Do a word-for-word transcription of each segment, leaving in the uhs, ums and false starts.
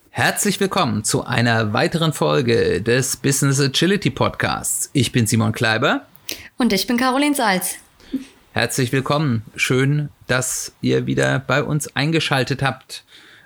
Herzlich willkommen zu einer weiteren Folge des Business Agility Podcasts. Ich bin Simon Kleiber. Und ich bin Caroline Salz. Herzlich willkommen. Schön, dass ihr wieder bei uns eingeschaltet habt.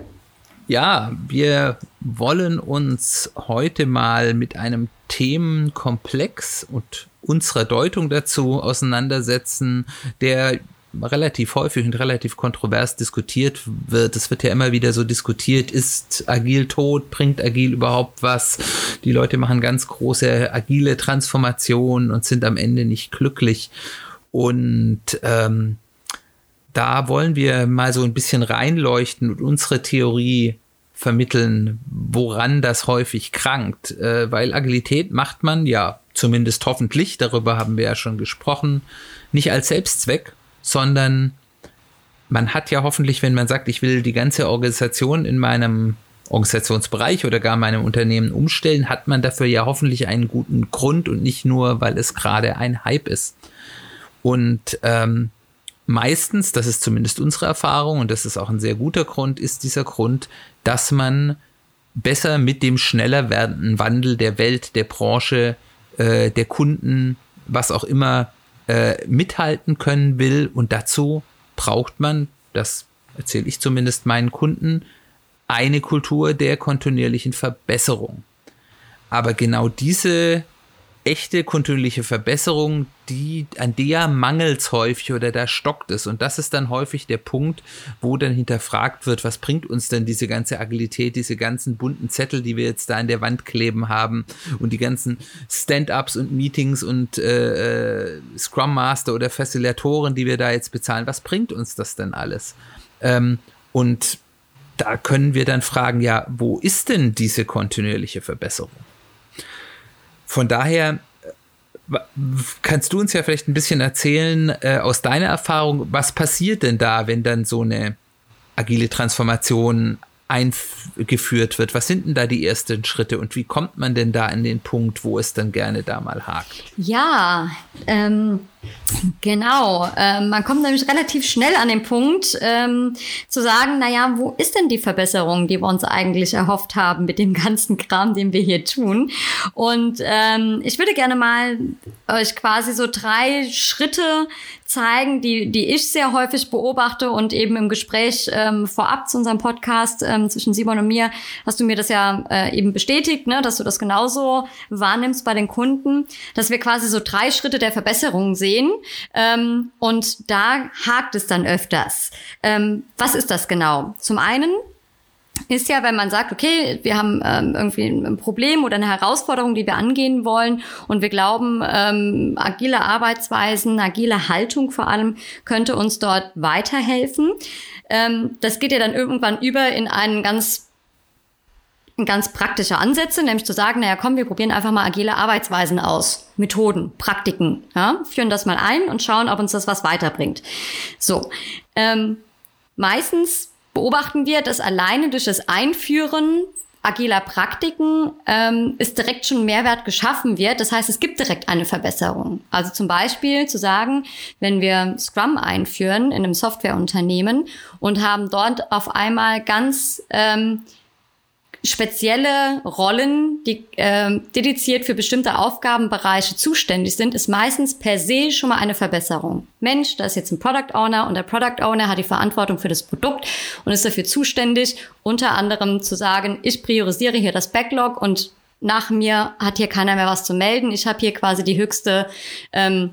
Ja, wir wollen uns heute mal mit einem Themenkomplex und unserer Deutung dazu auseinandersetzen, der relativ häufig und relativ kontrovers diskutiert wird. Es wird ja immer wieder so diskutiert, ist Agil tot, bringt Agil überhaupt was? Die Leute machen ganz große agile Transformationen und sind am Ende nicht glücklich. Und ähm, da wollen wir mal so ein bisschen reinleuchten und unsere Theorie vermitteln, woran das häufig krankt. Äh, weil Agilität macht man ja zumindest hoffentlich, darüber haben wir ja schon gesprochen, nicht als Selbstzweck, sondern man hat ja hoffentlich, wenn man sagt, ich will die ganze Organisation in meinem Organisationsbereich oder gar meinem Unternehmen umstellen, hat man dafür ja hoffentlich einen guten Grund und nicht nur, weil es gerade ein Hype ist. Und ähm, meistens, das ist zumindest unsere Erfahrung und das ist auch ein sehr guter Grund, ist dieser Grund, dass man besser mit dem schneller werdenden Wandel der Welt, der Branche, äh, der Kunden, was auch immer, Äh, mithalten können will, und dazu braucht man, das erzähle ich zumindest meinen Kunden, eine Kultur der kontinuierlichen Verbesserung. Aber genau diese echte kontinuierliche Verbesserung, die, an der mangelt es häufig oder da stockt es, und das ist dann häufig der Punkt, wo dann hinterfragt wird, was bringt uns denn diese ganze Agilität, diese ganzen bunten Zettel, die wir jetzt da an der Wand kleben haben und die ganzen Stand-ups und Meetings und äh, Scrum Master oder Facilitatoren, die wir da jetzt bezahlen, was bringt uns das denn alles? Ähm, und da können wir dann fragen, ja, wo ist denn diese kontinuierliche Verbesserung? Von daher kannst du uns ja vielleicht ein bisschen erzählen, äh, aus deiner Erfahrung, was passiert denn da, wenn dann so eine agile Transformation eingeführt wird? Was sind denn da die ersten Schritte und wie kommt man denn da an den Punkt, wo es dann gerne da mal hakt? Ja, ähm, genau. Ähm, man kommt nämlich relativ schnell an den Punkt, ähm, zu sagen, naja, wo ist denn die Verbesserung, die wir uns eigentlich erhofft haben mit dem ganzen Kram, den wir hier tun? Und ähm, ich würde gerne mal euch quasi so drei Schritte zeigen, die die ich sehr häufig beobachte, und eben im Gespräch ähm, vorab zu unserem Podcast ähm, zwischen Simon und mir hast du mir das ja äh, eben bestätigt, ne, dass du das genauso wahrnimmst bei den Kunden, dass wir quasi so drei Schritte der Verbesserung sehen, ähm, und da hakt es dann öfters. Ähm, was ist das genau? Zum einen ist ja, wenn man sagt, okay, wir haben ähm, irgendwie ein Problem oder eine Herausforderung, die wir angehen wollen, und wir glauben, ähm, agile Arbeitsweisen, agile Haltung vor allem könnte uns dort weiterhelfen. Ähm, das geht ja dann irgendwann über in einen ganz in ganz praktische Ansätze, nämlich zu sagen, naja, komm, wir probieren einfach mal agile Arbeitsweisen aus, Methoden, Praktiken, ja, führen das mal ein und schauen, ob uns das was weiterbringt. So, ähm, meistens beobachten wir, dass alleine durch das Einführen agiler Praktiken ähm, ist direkt schon Mehrwert geschaffen wird. Das heißt, es gibt direkt eine Verbesserung. Also zum Beispiel zu sagen, wenn wir Scrum einführen in einem Softwareunternehmen und haben dort auf einmal ganz ähm, spezielle Rollen, die äh, dediziert für bestimmte Aufgabenbereiche zuständig sind, ist meistens per se schon mal eine Verbesserung. Mensch, da ist jetzt ein Product Owner und der Product Owner hat die Verantwortung für das Produkt und ist dafür zuständig, unter anderem zu sagen, ich priorisiere hier das Backlog und nach mir hat hier keiner mehr was zu melden. Ich habe hier quasi die höchste ähm,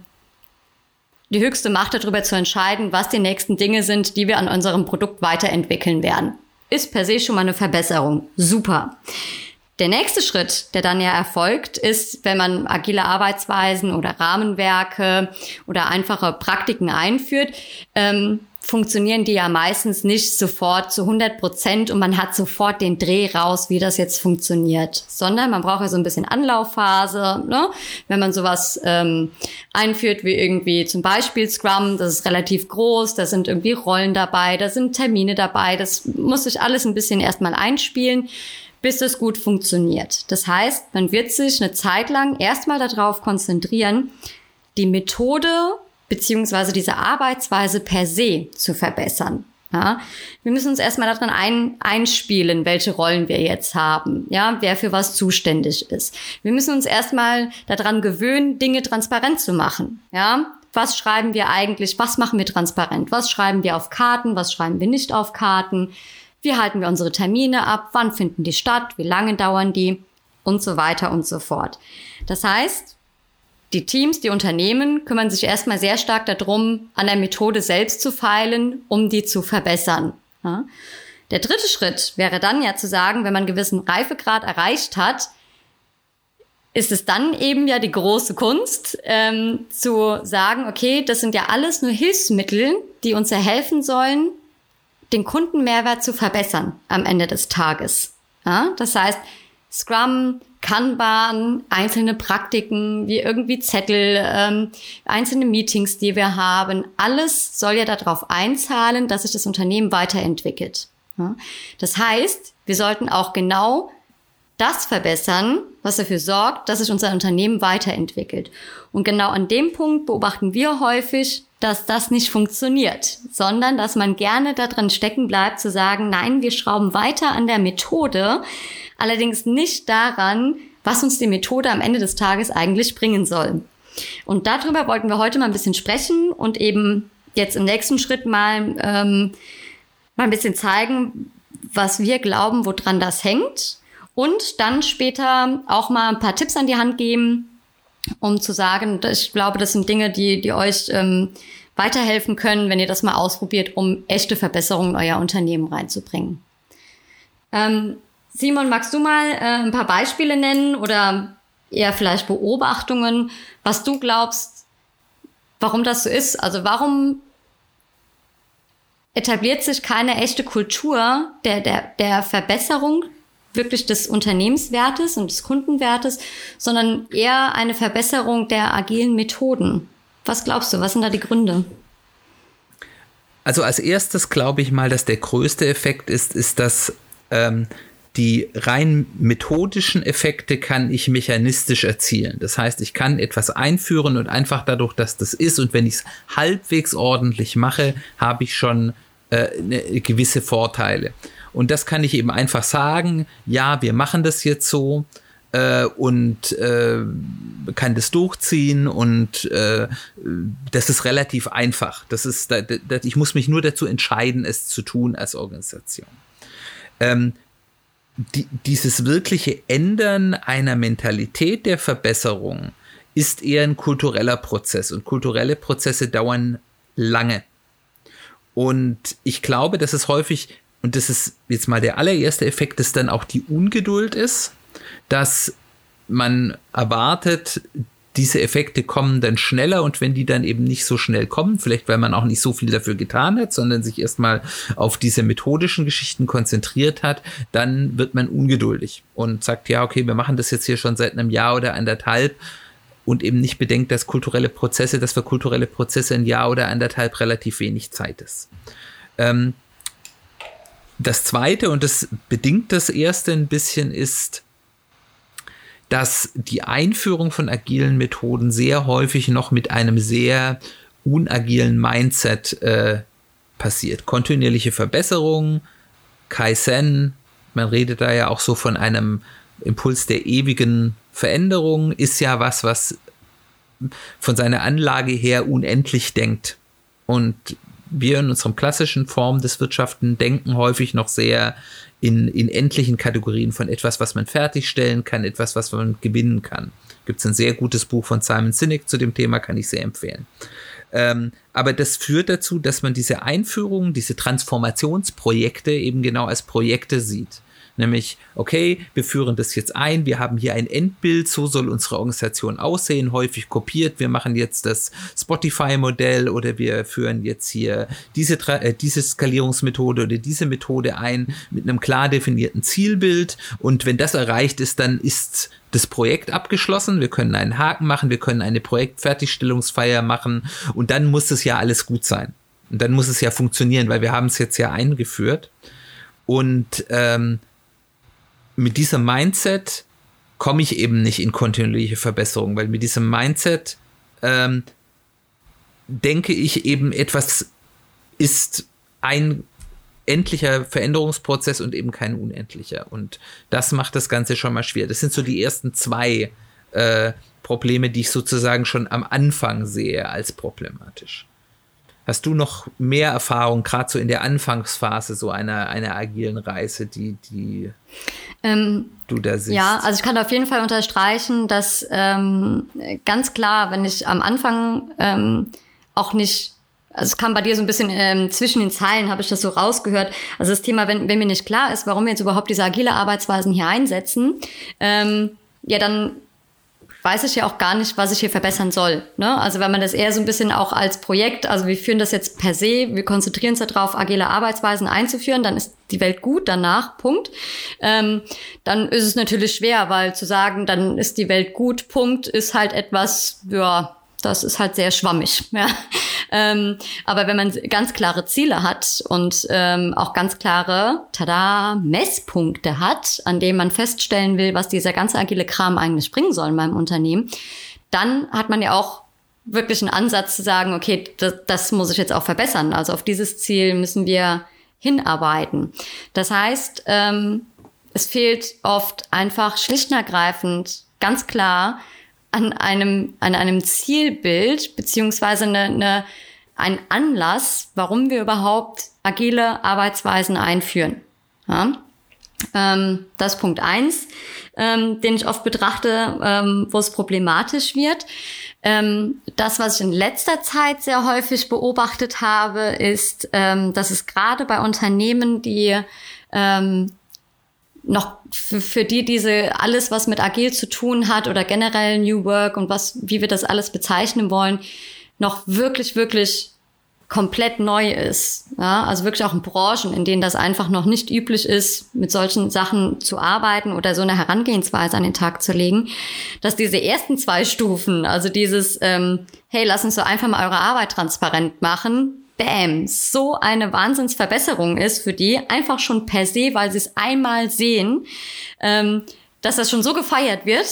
die höchste Macht darüber zu entscheiden, was die nächsten Dinge sind, die wir an unserem Produkt weiterentwickeln werden. Ist per se schon mal eine Verbesserung. Super. Der nächste Schritt, der dann ja erfolgt, ist, wenn man agile Arbeitsweisen oder Rahmenwerke oder einfache Praktiken einführt, ähm, funktionieren die ja meistens nicht sofort zu hundert Prozent und man hat sofort den Dreh raus, wie das jetzt funktioniert, sondern man braucht ja so ein bisschen Anlaufphase, ne? Wenn man sowas ähm, einführt wie irgendwie zum Beispiel Scrum, das ist relativ groß, da sind irgendwie Rollen dabei, da sind Termine dabei, das muss sich alles ein bisschen erstmal einspielen, bis das gut funktioniert. Das heißt, man wird sich eine Zeit lang erstmal darauf konzentrieren, die Methode beziehungsweise diese Arbeitsweise per se zu verbessern. Ja, wir müssen uns erstmal darin ein, einspielen, welche Rollen wir jetzt haben, ja, wer für was zuständig ist. Wir müssen uns erstmal daran gewöhnen, Dinge transparent zu machen, ja. Was schreiben wir eigentlich, was machen wir transparent? Was schreiben wir auf Karten, was schreiben wir nicht auf Karten? Wie halten wir unsere Termine ab? Wann finden die statt? Wie lange dauern die? Und so weiter und so fort. Das heißt, die Teams, die Unternehmen kümmern sich erstmal sehr stark darum, an der Methode selbst zu feilen, um die zu verbessern. Ja. Der dritte Schritt wäre dann ja zu sagen, wenn man einen gewissen Reifegrad erreicht hat, ist es dann eben ja die große Kunst, ähm, zu sagen, okay, das sind ja alles nur Hilfsmittel, die uns ja helfen sollen, den Kundenmehrwert zu verbessern am Ende des Tages. Ja. Das heißt, Scrum, Kanban, einzelne Praktiken, wie irgendwie Zettel, ähm, einzelne Meetings, die wir haben, alles soll ja darauf einzahlen, dass sich das Unternehmen weiterentwickelt. Ja? Das heißt, wir sollten auch genau das verbessern, was dafür sorgt, dass sich unser Unternehmen weiterentwickelt. Und genau an dem Punkt beobachten wir häufig, dass das nicht funktioniert, sondern dass man gerne da drin stecken bleibt, zu sagen, nein, wir schrauben weiter an der Methode, allerdings nicht daran, was uns die Methode am Ende des Tages eigentlich bringen soll. Und darüber wollten wir heute mal ein bisschen sprechen und eben jetzt im nächsten Schritt mal, ähm, mal ein bisschen zeigen, was wir glauben, woran das hängt. Und dann später auch mal ein paar Tipps an die Hand geben, um zu sagen, ich glaube, das sind Dinge, die, die euch ähm, weiterhelfen können, wenn ihr das mal ausprobiert, um echte Verbesserungen in euer Unternehmen reinzubringen. Ähm, Simon, magst du mal äh, ein paar Beispiele nennen oder eher vielleicht Beobachtungen, was du glaubst, warum das so ist? Also warum etabliert sich keine echte Kultur der, der, der Verbesserung wirklich des Unternehmenswertes und des Kundenwertes, sondern eher eine Verbesserung der agilen Methoden? Was glaubst du, was sind da die Gründe? Also als erstes glaube ich mal, dass der größte Effekt ist, ist, dass ähm, die rein methodischen Effekte kann ich mechanistisch erzielen. Das heißt, ich kann etwas einführen und einfach dadurch, dass das ist und wenn ich es halbwegs ordentlich mache, habe ich schon äh, eine gewisse Vorteile. Und das kann ich eben einfach sagen, ja, wir machen das jetzt so äh, und äh, kann das durchziehen und äh, das ist relativ einfach. Das ist, da, da, ich muss mich nur dazu entscheiden, es zu tun als Organisation. Ähm, die, dieses wirkliche Ändern einer Mentalität der Verbesserung ist eher ein kultureller Prozess und kulturelle Prozesse dauern lange. Und ich glaube, dass es häufig, und das ist jetzt mal der allererste Effekt, dass dann auch die Ungeduld ist, dass man erwartet, diese Effekte kommen dann schneller und wenn die dann eben nicht so schnell kommen, vielleicht weil man auch nicht so viel dafür getan hat, sondern sich erstmal auf diese methodischen Geschichten konzentriert hat, dann wird man ungeduldig und sagt, ja, okay, wir machen das jetzt hier schon seit einem Jahr oder anderthalb und eben nicht bedenkt, dass kulturelle Prozesse, dass für kulturelle Prozesse ein Jahr oder anderthalb relativ wenig Zeit ist. Ähm, das Zweite, und das bedingt das Erste ein bisschen, ist, dass die Einführung von agilen Methoden sehr häufig noch mit einem sehr unagilen Mindset äh, passiert. Kontinuierliche Verbesserung, Kaizen, man redet da ja auch so von einem Impuls der ewigen Veränderung, ist ja was, was von seiner Anlage her unendlich denkt. Und wir in unserem klassischen Form des Wirtschaften denken häufig noch sehr in, in endlichen Kategorien von etwas, was man fertigstellen kann, etwas, was man gewinnen kann. Gibt es ein sehr gutes Buch von Simon Sinek zu dem Thema, kann ich sehr empfehlen. Ähm, aber das führt dazu, dass man diese Einführung, diese Transformationsprojekte eben genau als Projekte sieht. Nämlich, okay, wir führen das jetzt ein, wir haben hier ein Endbild, so soll unsere Organisation aussehen, häufig kopiert, wir machen jetzt das Spotify-Modell oder wir führen jetzt hier diese, äh, diese Skalierungsmethode oder diese Methode ein mit einem klar definierten Zielbild und wenn das erreicht ist, dann ist das Projekt abgeschlossen, wir können einen Haken machen, wir können eine Projektfertigstellungsfeier machen und dann muss es ja alles gut sein. Und dann muss es ja funktionieren, weil wir haben es jetzt ja eingeführt und ähm, mit diesem Mindset komme ich eben nicht in kontinuierliche Verbesserung, weil mit diesem Mindset ähm, denke ich eben, etwas ist ein endlicher Veränderungsprozess und eben kein unendlicher. Und das macht das Ganze schon mal schwer. Das sind so die ersten zwei äh, Probleme, die ich sozusagen schon am Anfang sehe als problematisch. Hast du noch mehr Erfahrung, gerade so in der Anfangsphase so einer, einer agilen Reise, die, die ähm, du da siehst? Ja, also ich kann auf jeden Fall unterstreichen, dass ähm, ganz klar, wenn ich am Anfang ähm, auch nicht, also es kam bei dir so ein bisschen ähm, zwischen den Zeilen, habe ich das so rausgehört. Also das Thema, wenn, wenn mir nicht klar ist, warum wir jetzt überhaupt diese agile Arbeitsweisen hier einsetzen, ähm, ja, dann weiß ich ja auch gar nicht, was ich hier verbessern soll. Ne? Also wenn man das eher so ein bisschen auch als Projekt, also wir führen das jetzt per se, wir konzentrieren uns darauf, agile Arbeitsweisen einzuführen, dann ist die Welt gut danach, Punkt. Ähm, dann ist es natürlich schwer, weil zu sagen, dann ist die Welt gut, Punkt, ist halt etwas, ja, das ist halt sehr schwammig. Ja. Ähm, aber wenn man ganz klare Ziele hat und ähm, auch ganz klare, tada, Messpunkte hat, an denen man feststellen will, was dieser ganze agile Kram eigentlich bringen soll in meinem Unternehmen, dann hat man ja auch wirklich einen Ansatz zu sagen, okay, das, das muss ich jetzt auch verbessern. Also auf dieses Ziel müssen wir hinarbeiten. Das heißt, ähm, es fehlt oft einfach schlicht und ergreifend ganz klar an einem, an einem Zielbild, beziehungsweise eine, eine, ein Anlass, warum wir überhaupt agile Arbeitsweisen einführen. Ja? Ähm, das ist Punkt eins, ähm, den ich oft betrachte, ähm, wo es problematisch wird. Ähm, das, was ich in letzter Zeit sehr häufig beobachtet habe, ist, ähm, dass es gerade bei Unternehmen, die ähm, noch für, für die diese alles, was mit agil zu tun hat oder generell New Work und was, wie wir das alles bezeichnen wollen, noch wirklich, wirklich komplett neu ist. Ja, also wirklich auch in Branchen, in denen das einfach noch nicht üblich ist, mit solchen Sachen zu arbeiten oder so eine Herangehensweise an den Tag zu legen, dass diese ersten zwei Stufen, also dieses, ähm, hey, lass uns doch einfach mal eure Arbeit transparent machen, bam, so eine Wahnsinnsverbesserung ist für die, einfach schon per se, weil sie es einmal sehen, ähm, dass das schon so gefeiert wird,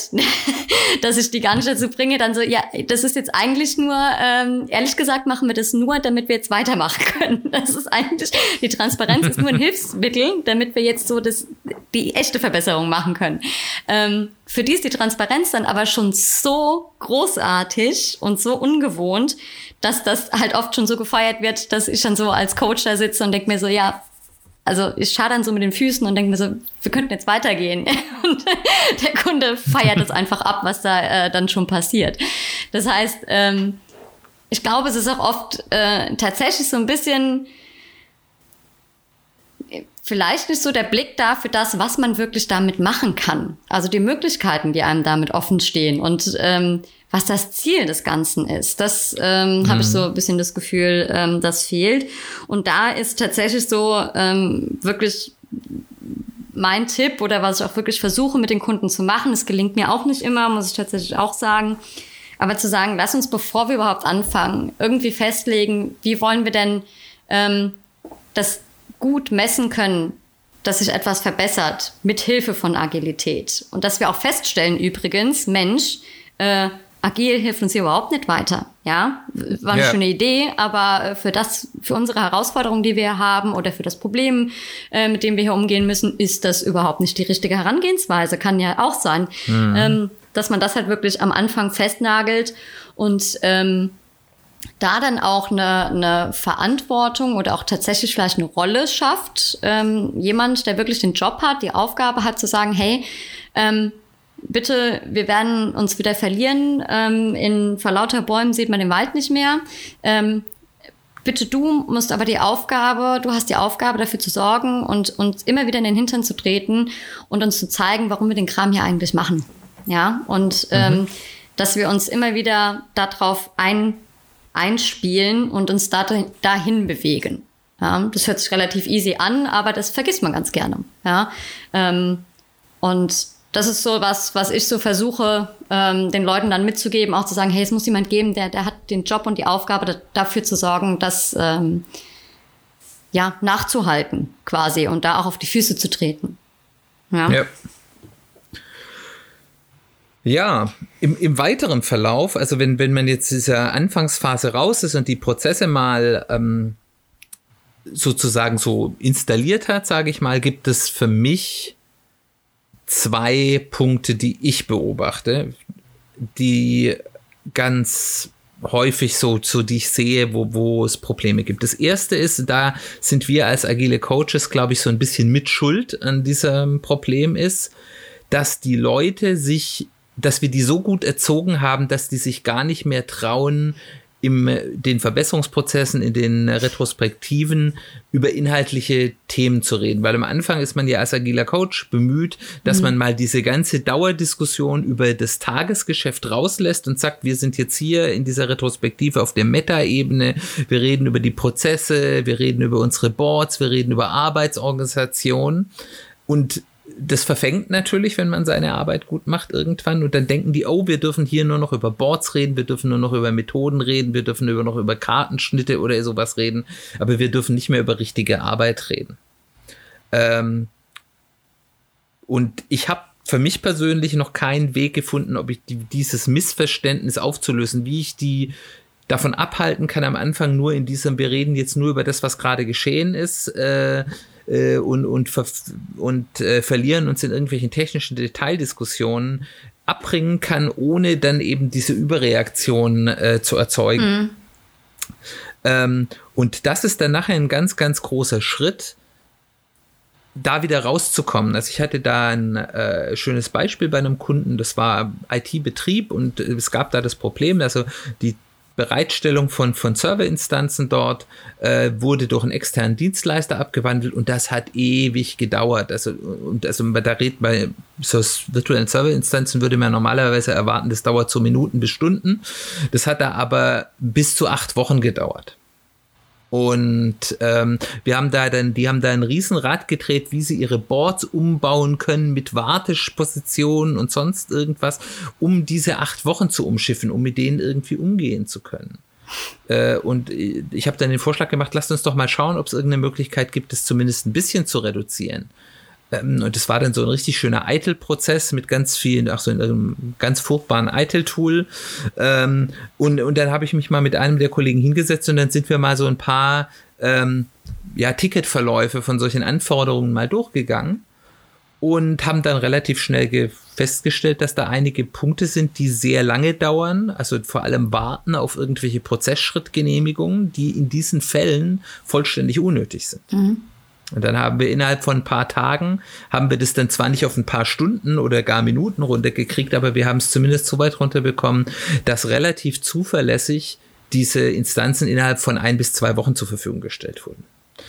dass ich die gar nicht dazu bringe, dann so, ja, das ist jetzt eigentlich nur, ähm, ehrlich gesagt machen wir das nur, damit wir jetzt weitermachen können. Das ist eigentlich, die Transparenz ist nur ein Hilfsmittel, damit wir jetzt so das, die echte Verbesserung machen können. Ähm, für die ist die Transparenz dann aber schon so großartig und so ungewohnt, dass das halt oft schon so gefeiert wird, dass ich dann so als Coach da sitze und denke mir so, ja, also ich schaue dann so mit den Füßen und denke mir so, wir könnten jetzt weitergehen. Und der Kunde feiert es einfach ab, was da äh, dann schon passiert. Das heißt, ähm, ich glaube, es ist auch oft äh, tatsächlich so ein bisschen vielleicht nicht so der Blick da für das, was man wirklich damit machen kann. Also die Möglichkeiten, die einem damit offen stehen und ähm, was das Ziel des Ganzen ist. Das ähm, mhm. habe ich so ein bisschen das Gefühl, ähm, das fehlt. Und da ist tatsächlich so ähm, wirklich mein Tipp oder was ich auch wirklich versuche mit den Kunden zu machen. Es gelingt mir auch nicht immer, muss ich tatsächlich auch sagen. Aber zu sagen, lass uns, bevor wir überhaupt anfangen, irgendwie festlegen, wie wollen wir denn ähm, das gut messen können, dass sich etwas verbessert mit Hilfe von Agilität. Und dass wir auch feststellen übrigens, Mensch, äh, agil hilft uns hier überhaupt nicht weiter. Ja, war eine ja. schöne Idee, aber für das, für unsere Herausforderungen, die wir haben oder für das Problem, äh, mit dem wir hier umgehen müssen, ist das überhaupt nicht die richtige Herangehensweise. Kann ja auch sein, mhm. ähm, dass man das halt wirklich am Anfang festnagelt und ähm, da dann auch eine, eine Verantwortung oder auch tatsächlich vielleicht eine Rolle schafft. Ähm, jemand, der wirklich den Job hat, die Aufgabe hat zu sagen, hey, ähm, bitte, wir werden uns wieder verlieren. Ähm, in vor lauter Bäumen sieht man den Wald nicht mehr. Ähm, bitte, du musst aber die Aufgabe, du hast die Aufgabe, dafür zu sorgen und uns immer wieder in den Hintern zu treten und uns zu zeigen, warum wir den Kram hier eigentlich machen. Ja, und mhm. ähm, dass wir uns immer wieder darauf ein, einspielen und uns dahin bewegen. Ja, das hört sich relativ easy an, aber das vergisst man ganz gerne. Ja, ähm, und das ist so was, was ich so versuche, ähm, den Leuten dann mitzugeben, auch zu sagen, hey, es muss jemand geben, der, der hat den Job und die Aufgabe, da, dafür zu sorgen, dass, ähm, ja, nachzuhalten quasi und da auch auf die Füße zu treten. Ja. Ja. Ja, im, im weiteren Verlauf, also wenn, wenn man jetzt dieser Anfangsphase raus ist und die Prozesse mal ähm, sozusagen so installiert hat, sage ich mal, gibt es für mich zwei Punkte, die ich beobachte, die ganz häufig so, so die ich sehe, wo, wo es Probleme gibt. Das erste ist, da sind wir als agile Coaches, glaube ich, so ein bisschen mit Schuld an diesem Problem ist, dass die Leute sich, dass wir die so gut erzogen haben, dass die sich gar nicht mehr trauen, in den Verbesserungsprozessen, in den Retrospektiven über inhaltliche Themen zu reden. Weil am Anfang ist man ja als agiler Coach bemüht, dass mhm. man mal diese ganze Dauerdiskussion über das Tagesgeschäft rauslässt und sagt, wir sind jetzt hier in dieser Retrospektive auf der Meta-Ebene, wir reden über die Prozesse, wir reden über unsere Boards, wir reden über Arbeitsorganisation und das verfängt natürlich, wenn man seine Arbeit gut macht irgendwann und dann denken die, oh, wir dürfen hier nur noch über Boards reden, wir dürfen nur noch über Methoden reden, wir dürfen nur noch über Kartenschnitte oder sowas reden, aber wir dürfen nicht mehr über richtige Arbeit reden. Ähm und ich habe für mich persönlich noch keinen Weg gefunden, ob ich die, dieses Missverständnis aufzulösen, wie ich die davon abhalten kann am Anfang nur in diesem, wir reden jetzt nur über das, was gerade geschehen ist, äh, und, und, und äh, verlieren uns in irgendwelchen technischen Detaildiskussionen abbringen kann, ohne dann eben diese Überreaktion äh, zu erzeugen. Mhm. Ähm, und das ist dann nachher ein ganz, ganz großer Schritt, da wieder rauszukommen. Also ich hatte da ein äh, schönes Beispiel bei einem Kunden, das war I T-Betrieb und es gab da das Problem, also die Bereitstellung von, von Serverinstanzen dort äh, wurde durch einen externen Dienstleister abgewandelt und das hat ewig gedauert. Also, und also da redet bei so virtuellen Serverinstanzen würde man normalerweise erwarten, das dauert so Minuten bis Stunden. Das hat da aber bis zu acht Wochen gedauert. Und ähm, wir haben da dann, die haben da ein Riesenrad gedreht, wie sie ihre Boards umbauen können mit Wartepositionen und sonst irgendwas, um diese acht Wochen zu umschiffen, um mit denen irgendwie umgehen zu können. Äh, und ich habe dann den Vorschlag gemacht, lasst uns doch mal schauen, ob es irgendeine Möglichkeit gibt, es zumindest ein bisschen zu reduzieren. Und das war dann so ein richtig schöner Eitel-Prozess mit ganz vielen, auch so in einem ganz furchtbaren Eitel-Tool. Und, und dann habe ich mich mal mit einem der Kollegen hingesetzt und dann sind wir mal so ein paar ähm, ja, Ticketverläufe von solchen Anforderungen mal durchgegangen und haben dann relativ schnell ge- festgestellt, dass da einige Punkte sind, die sehr lange dauern, also vor allem warten auf irgendwelche Prozessschrittgenehmigungen, die in diesen Fällen vollständig unnötig sind. Mhm. Und dann haben wir innerhalb von ein paar Tagen, haben wir das dann zwar nicht auf ein paar Stunden oder gar Minuten runtergekriegt, aber wir haben es zumindest so weit runterbekommen, dass relativ zuverlässig diese Instanzen innerhalb von ein bis zwei Wochen zur Verfügung gestellt wurden.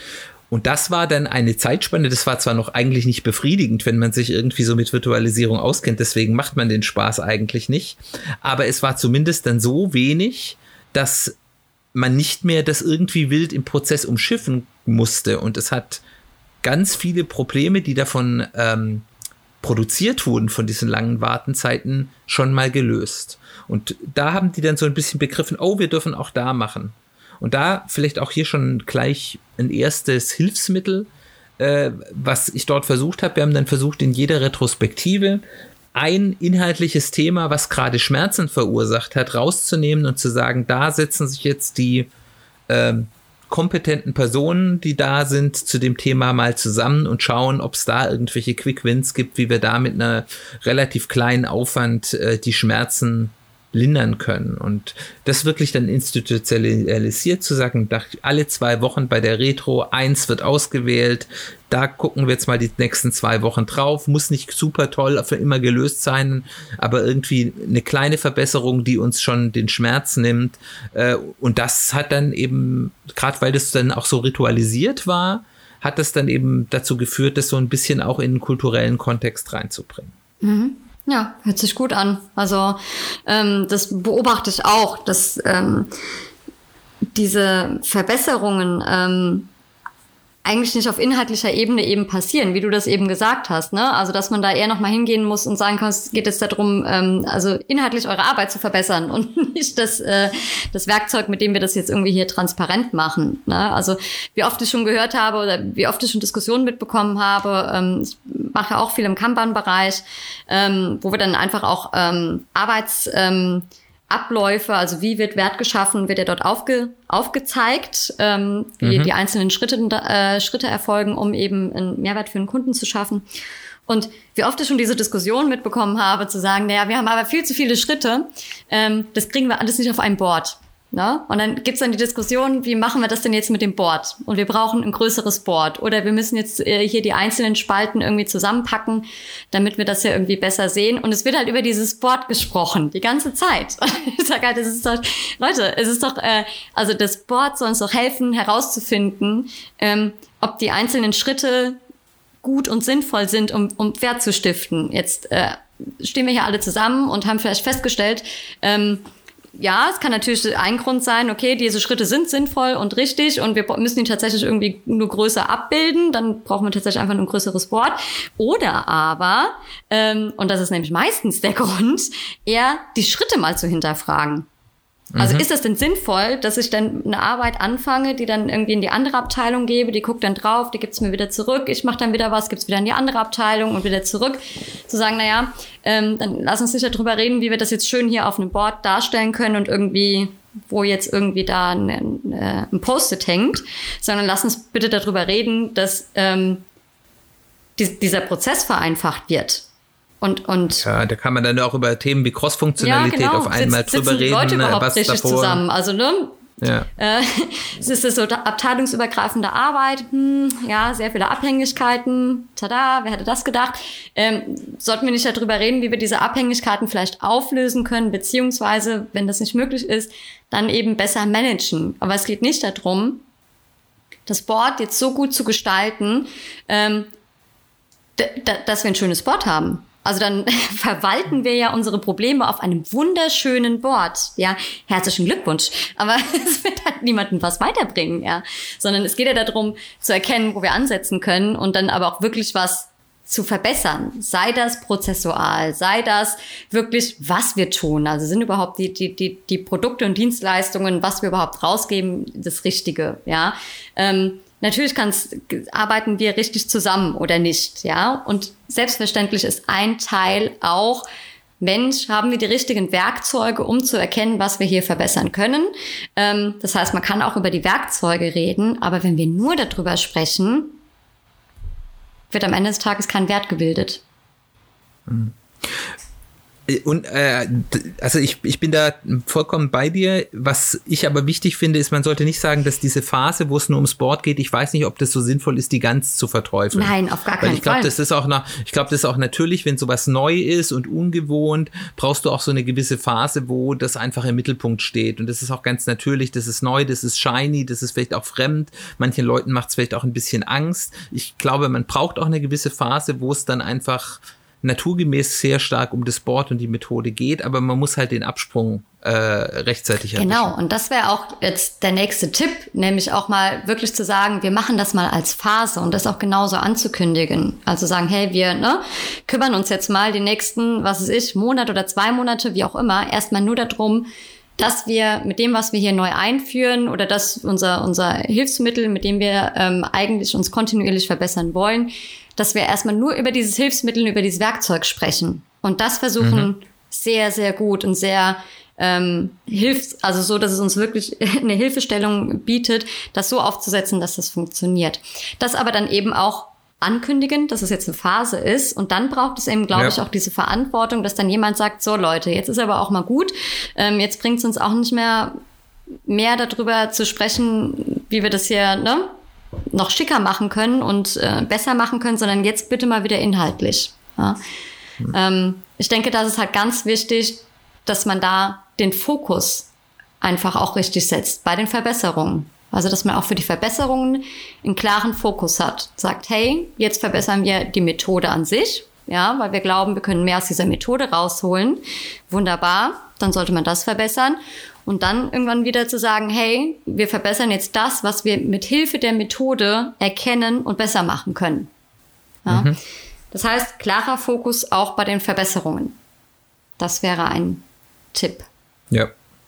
Und das war dann eine Zeitspanne, das war zwar noch eigentlich nicht befriedigend, wenn man sich irgendwie so mit Virtualisierung auskennt, deswegen macht man den Spaß eigentlich nicht, aber es war zumindest dann so wenig, dass man nicht mehr das irgendwie wild im Prozess umschiffen musste. Und es hat ganz viele Probleme, die davon ähm, produziert wurden, von diesen langen Wartenzeiten, schon mal gelöst. Und da haben die dann so ein bisschen begriffen, oh, wir dürfen auch da machen. Und da vielleicht auch hier schon gleich ein erstes Hilfsmittel, äh, was ich dort versucht habe. Wir haben dann versucht, in jeder Retrospektive ein inhaltliches Thema, was gerade Schmerzen verursacht hat, rauszunehmen und zu sagen, da setzen sich jetzt die ähm, kompetenten Personen, die da sind, zu dem Thema mal zusammen und schauen, ob es da irgendwelche Quick Wins gibt, wie wir da mit einer relativ kleinen Aufwand äh, die Schmerzen lindern können. Und das wirklich dann institutionalisiert zu sagen, alle zwei Wochen bei der Retro, eins wird ausgewählt, da gucken wir jetzt mal die nächsten zwei Wochen drauf, muss nicht super toll für immer gelöst sein, aber irgendwie eine kleine Verbesserung, die uns schon den Schmerz nimmt. Und das hat dann eben, gerade weil das dann auch so ritualisiert war, hat das dann eben dazu geführt, das so ein bisschen auch in einen kulturellen Kontext reinzubringen. Mhm. Ja, hört sich gut an. Also ähm, das beobachte ich auch, dass ähm, diese Verbesserungen ähm, eigentlich nicht auf inhaltlicher Ebene eben passieren, wie du das eben gesagt hast, ne? Also dass man da eher noch mal hingehen muss und sagen kann, es geht jetzt darum, ähm, also inhaltlich eure Arbeit zu verbessern und nicht das äh, das Werkzeug, mit dem wir das jetzt irgendwie hier transparent machen, ne? Also wie oft ich schon gehört habe oder wie oft ich schon Diskussionen mitbekommen habe, ähm, ich mache ja auch viel im Kanban-Bereich, ähm, wo wir dann einfach auch ähm, Arbeits ähm, Abläufe, also wie wird Wert geschaffen, wird ja dort aufge, aufgezeigt, ähm, wie mhm. die einzelnen Schritte, äh, Schritte erfolgen, um eben einen Mehrwert für den Kunden zu schaffen. Und wie oft ich schon diese Diskussion mitbekommen habe, zu sagen, naja, wir haben aber viel zu viele Schritte, ähm, das kriegen wir alles nicht auf ein Board. Ne? Und dann gibt's dann die Diskussion, wie machen wir das denn jetzt mit dem Board? Und wir brauchen ein größeres Board. Oder wir müssen jetzt äh, hier die einzelnen Spalten irgendwie zusammenpacken, damit wir das ja irgendwie besser sehen. Und es wird halt über dieses Board gesprochen, die ganze Zeit. Ich sage halt, es ist doch, Leute, es ist doch, äh, also das Board soll uns doch helfen, herauszufinden, ähm, ob die einzelnen Schritte gut und sinnvoll sind, um, um Wert zu stiften. Jetzt äh, stehen wir hier alle zusammen und haben vielleicht festgestellt, ähm, ja, es kann natürlich ein Grund sein, okay, diese Schritte sind sinnvoll und richtig und wir müssen die tatsächlich irgendwie nur größer abbilden, dann brauchen wir tatsächlich einfach ein größeres Board. Oder aber, ähm, und das ist nämlich meistens der Grund, eher die Schritte mal zu hinterfragen. Also mhm. ist das denn sinnvoll, dass ich dann eine Arbeit anfange, die dann irgendwie in die andere Abteilung gebe, die guckt dann drauf, die gibt's mir wieder zurück, ich mache dann wieder was, gibt's wieder in die andere Abteilung und wieder zurück. Zu sagen, naja, ähm, dann lass uns nicht darüber reden, wie wir das jetzt schön hier auf einem Board darstellen können und irgendwie, wo jetzt irgendwie da ein, ein, ein Post-it hängt, sondern lass uns bitte darüber reden, dass ähm, die, dieser Prozess vereinfacht wird. Und, und ja, da kann man dann auch über Themen wie Cross-Funktionalität ja, genau. auf einmal Sitz, drüber reden, Leute überhaupt was richtig davor zusammen. Also, ne? Ja. Äh, es ist so abteilungsübergreifende Arbeit, hm, ja, sehr viele Abhängigkeiten, tada, wer hätte das gedacht? Ähm, sollten wir nicht darüber reden, wie wir diese Abhängigkeiten vielleicht auflösen können, beziehungsweise, wenn das nicht möglich ist, dann eben besser managen. Aber es geht nicht darum, das Board jetzt so gut zu gestalten, ähm, d- d- dass wir ein schönes Board haben. Also dann verwalten wir ja unsere Probleme auf einem wunderschönen Board. Ja, herzlichen Glückwunsch. Aber es wird halt niemandem was weiterbringen, ja. Sondern es geht ja darum, zu erkennen, wo wir ansetzen können und dann aber auch wirklich was zu verbessern. Sei das prozessual, sei das wirklich, was wir tun. Also sind überhaupt die, die, die, die Produkte und Dienstleistungen, was wir überhaupt rausgeben, das Richtige, ja. Ähm, Natürlich kann's, arbeiten wir richtig zusammen oder nicht, ja. Und selbstverständlich ist ein Teil auch, Mensch, haben wir die richtigen Werkzeuge, um zu erkennen, was wir hier verbessern können. Ähm, das heißt, man kann auch über die Werkzeuge reden, aber wenn wir nur darüber sprechen, wird am Ende des Tages kein Wert gebildet. Mhm. Und äh, also ich, ich bin da vollkommen bei dir. Was ich aber wichtig finde, ist, man sollte nicht sagen, dass diese Phase, wo es nur ums Board geht, ich weiß nicht, ob das so sinnvoll ist, die ganz zu verteufeln. Nein, auf gar keinen Weil ich glaub, Fall. Das ist auch noch, ich glaube, das ist auch natürlich, wenn sowas neu ist und ungewohnt, brauchst du auch so eine gewisse Phase, wo das einfach im Mittelpunkt steht. Und das ist auch ganz natürlich, das ist neu, das ist shiny, das ist vielleicht auch fremd. Manchen Leuten macht es vielleicht auch ein bisschen Angst. Ich glaube, man braucht auch eine gewisse Phase, wo es dann einfach naturgemäß sehr stark um das Board und die Methode geht, aber man muss halt den Absprung äh, rechtzeitig erwischen. Genau, und das wäre auch jetzt der nächste Tipp, nämlich auch mal wirklich zu sagen, wir machen das mal als Phase und das auch genauso anzukündigen. Also sagen, hey, wir ne, kümmern uns jetzt mal die nächsten, was weiß ich, Monat oder zwei Monate, wie auch immer, erstmal nur darum, dass wir mit dem, was wir hier neu einführen oder dass unser unser Hilfsmittel, mit dem wir ähm, eigentlich uns kontinuierlich verbessern wollen, dass wir erstmal nur über dieses Hilfsmittel, über dieses Werkzeug sprechen. Und das versuchen mhm. sehr, sehr gut und sehr ähm, hilft, also so, dass es uns wirklich eine Hilfestellung bietet, das so aufzusetzen, dass das funktioniert. Das aber dann eben auch ankündigen, dass es jetzt eine Phase ist. Und dann braucht es eben, glaube ja. ich, auch diese Verantwortung, dass dann jemand sagt, so Leute, jetzt ist aber auch mal gut. Ähm, jetzt bringt es uns auch nicht mehr, mehr darüber zu sprechen, wie wir das hier ne, noch schicker machen können und äh, besser machen können, sondern jetzt bitte mal wieder inhaltlich. Ja? Mhm. Ähm, ich denke, das ist halt ganz wichtig, dass man da den Fokus einfach auch richtig setzt bei den Verbesserungen. Also, dass man auch für die Verbesserungen einen klaren Fokus hat. Sagt, hey, jetzt verbessern wir die Methode an sich, ja, weil wir glauben, wir können mehr aus dieser Methode rausholen. Wunderbar, dann sollte man das verbessern. Und dann irgendwann wieder zu sagen, hey, wir verbessern jetzt das, was wir mit Hilfe der Methode erkennen und besser machen können. Ja? Mhm. Das heißt, klarer Fokus auch bei den Verbesserungen. Das wäre ein Tipp. Ja.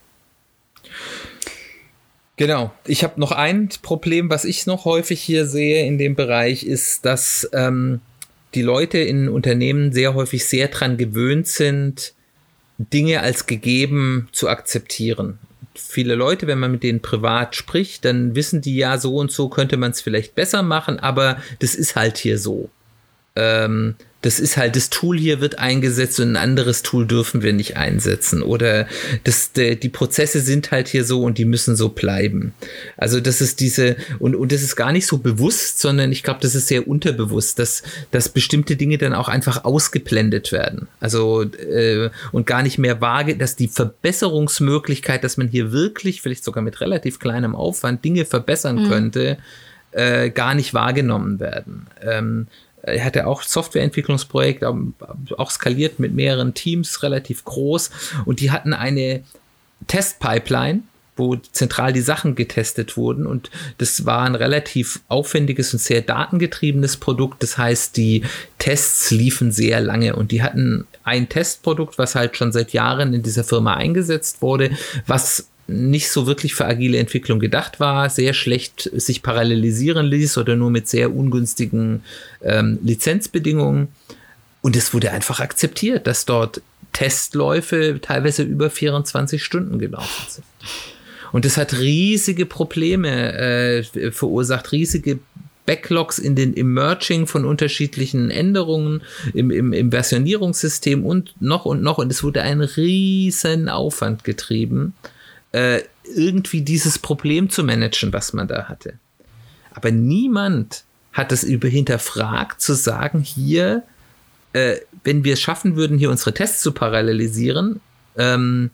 Genau. Ich habe noch ein Problem, was ich noch häufig hier sehe in dem Bereich, ist, dass ähm, die Leute in Unternehmen sehr häufig sehr dran gewöhnt sind, Dinge als gegeben zu akzeptieren. Viele Leute, wenn man mit denen privat spricht, dann wissen die ja, so und so könnte man es vielleicht besser machen, aber das ist halt hier so. Ähm, das ist halt, das Tool hier wird eingesetzt und ein anderes Tool dürfen wir nicht einsetzen. Oder das, de, die Prozesse sind halt hier so und die müssen so bleiben. Also das ist diese, und, und das ist gar nicht so bewusst, sondern ich glaube, das ist sehr unterbewusst, dass, dass bestimmte Dinge dann auch einfach ausgeblendet werden. Also äh, und gar nicht mehr vage, dass die Verbesserungsmöglichkeit, dass man hier wirklich, vielleicht sogar mit relativ kleinem Aufwand, Dinge verbessern mhm. könnte, äh, gar nicht wahrgenommen werden. Ähm, Er hatte auch Softwareentwicklungsprojekt, auch skaliert mit mehreren Teams, relativ groß. Und die hatten eine Testpipeline, wo zentral die Sachen getestet wurden. Und das war ein relativ aufwendiges und sehr datengetriebenes Produkt. Das heißt, die Tests liefen sehr lange. Und die hatten ein Testprodukt, was halt schon seit Jahren in dieser Firma eingesetzt wurde, was nicht so wirklich für agile Entwicklung gedacht war, sehr schlecht sich parallelisieren ließ oder nur mit sehr ungünstigen ähm, Lizenzbedingungen. Und es wurde einfach akzeptiert, dass dort Testläufe teilweise über vierundzwanzig Stunden gelaufen sind. Und das hat riesige Probleme äh, verursacht, riesige Backlogs in den im Merging von unterschiedlichen Änderungen im, im, im Versionierungssystem und noch und noch. Und es wurde ein riesen Aufwand getrieben, Äh, irgendwie dieses Problem zu managen, was man da hatte. Aber niemand hat es über hinterfragt, zu sagen, hier, äh, wenn wir es schaffen würden, hier unsere Tests zu parallelisieren ähm,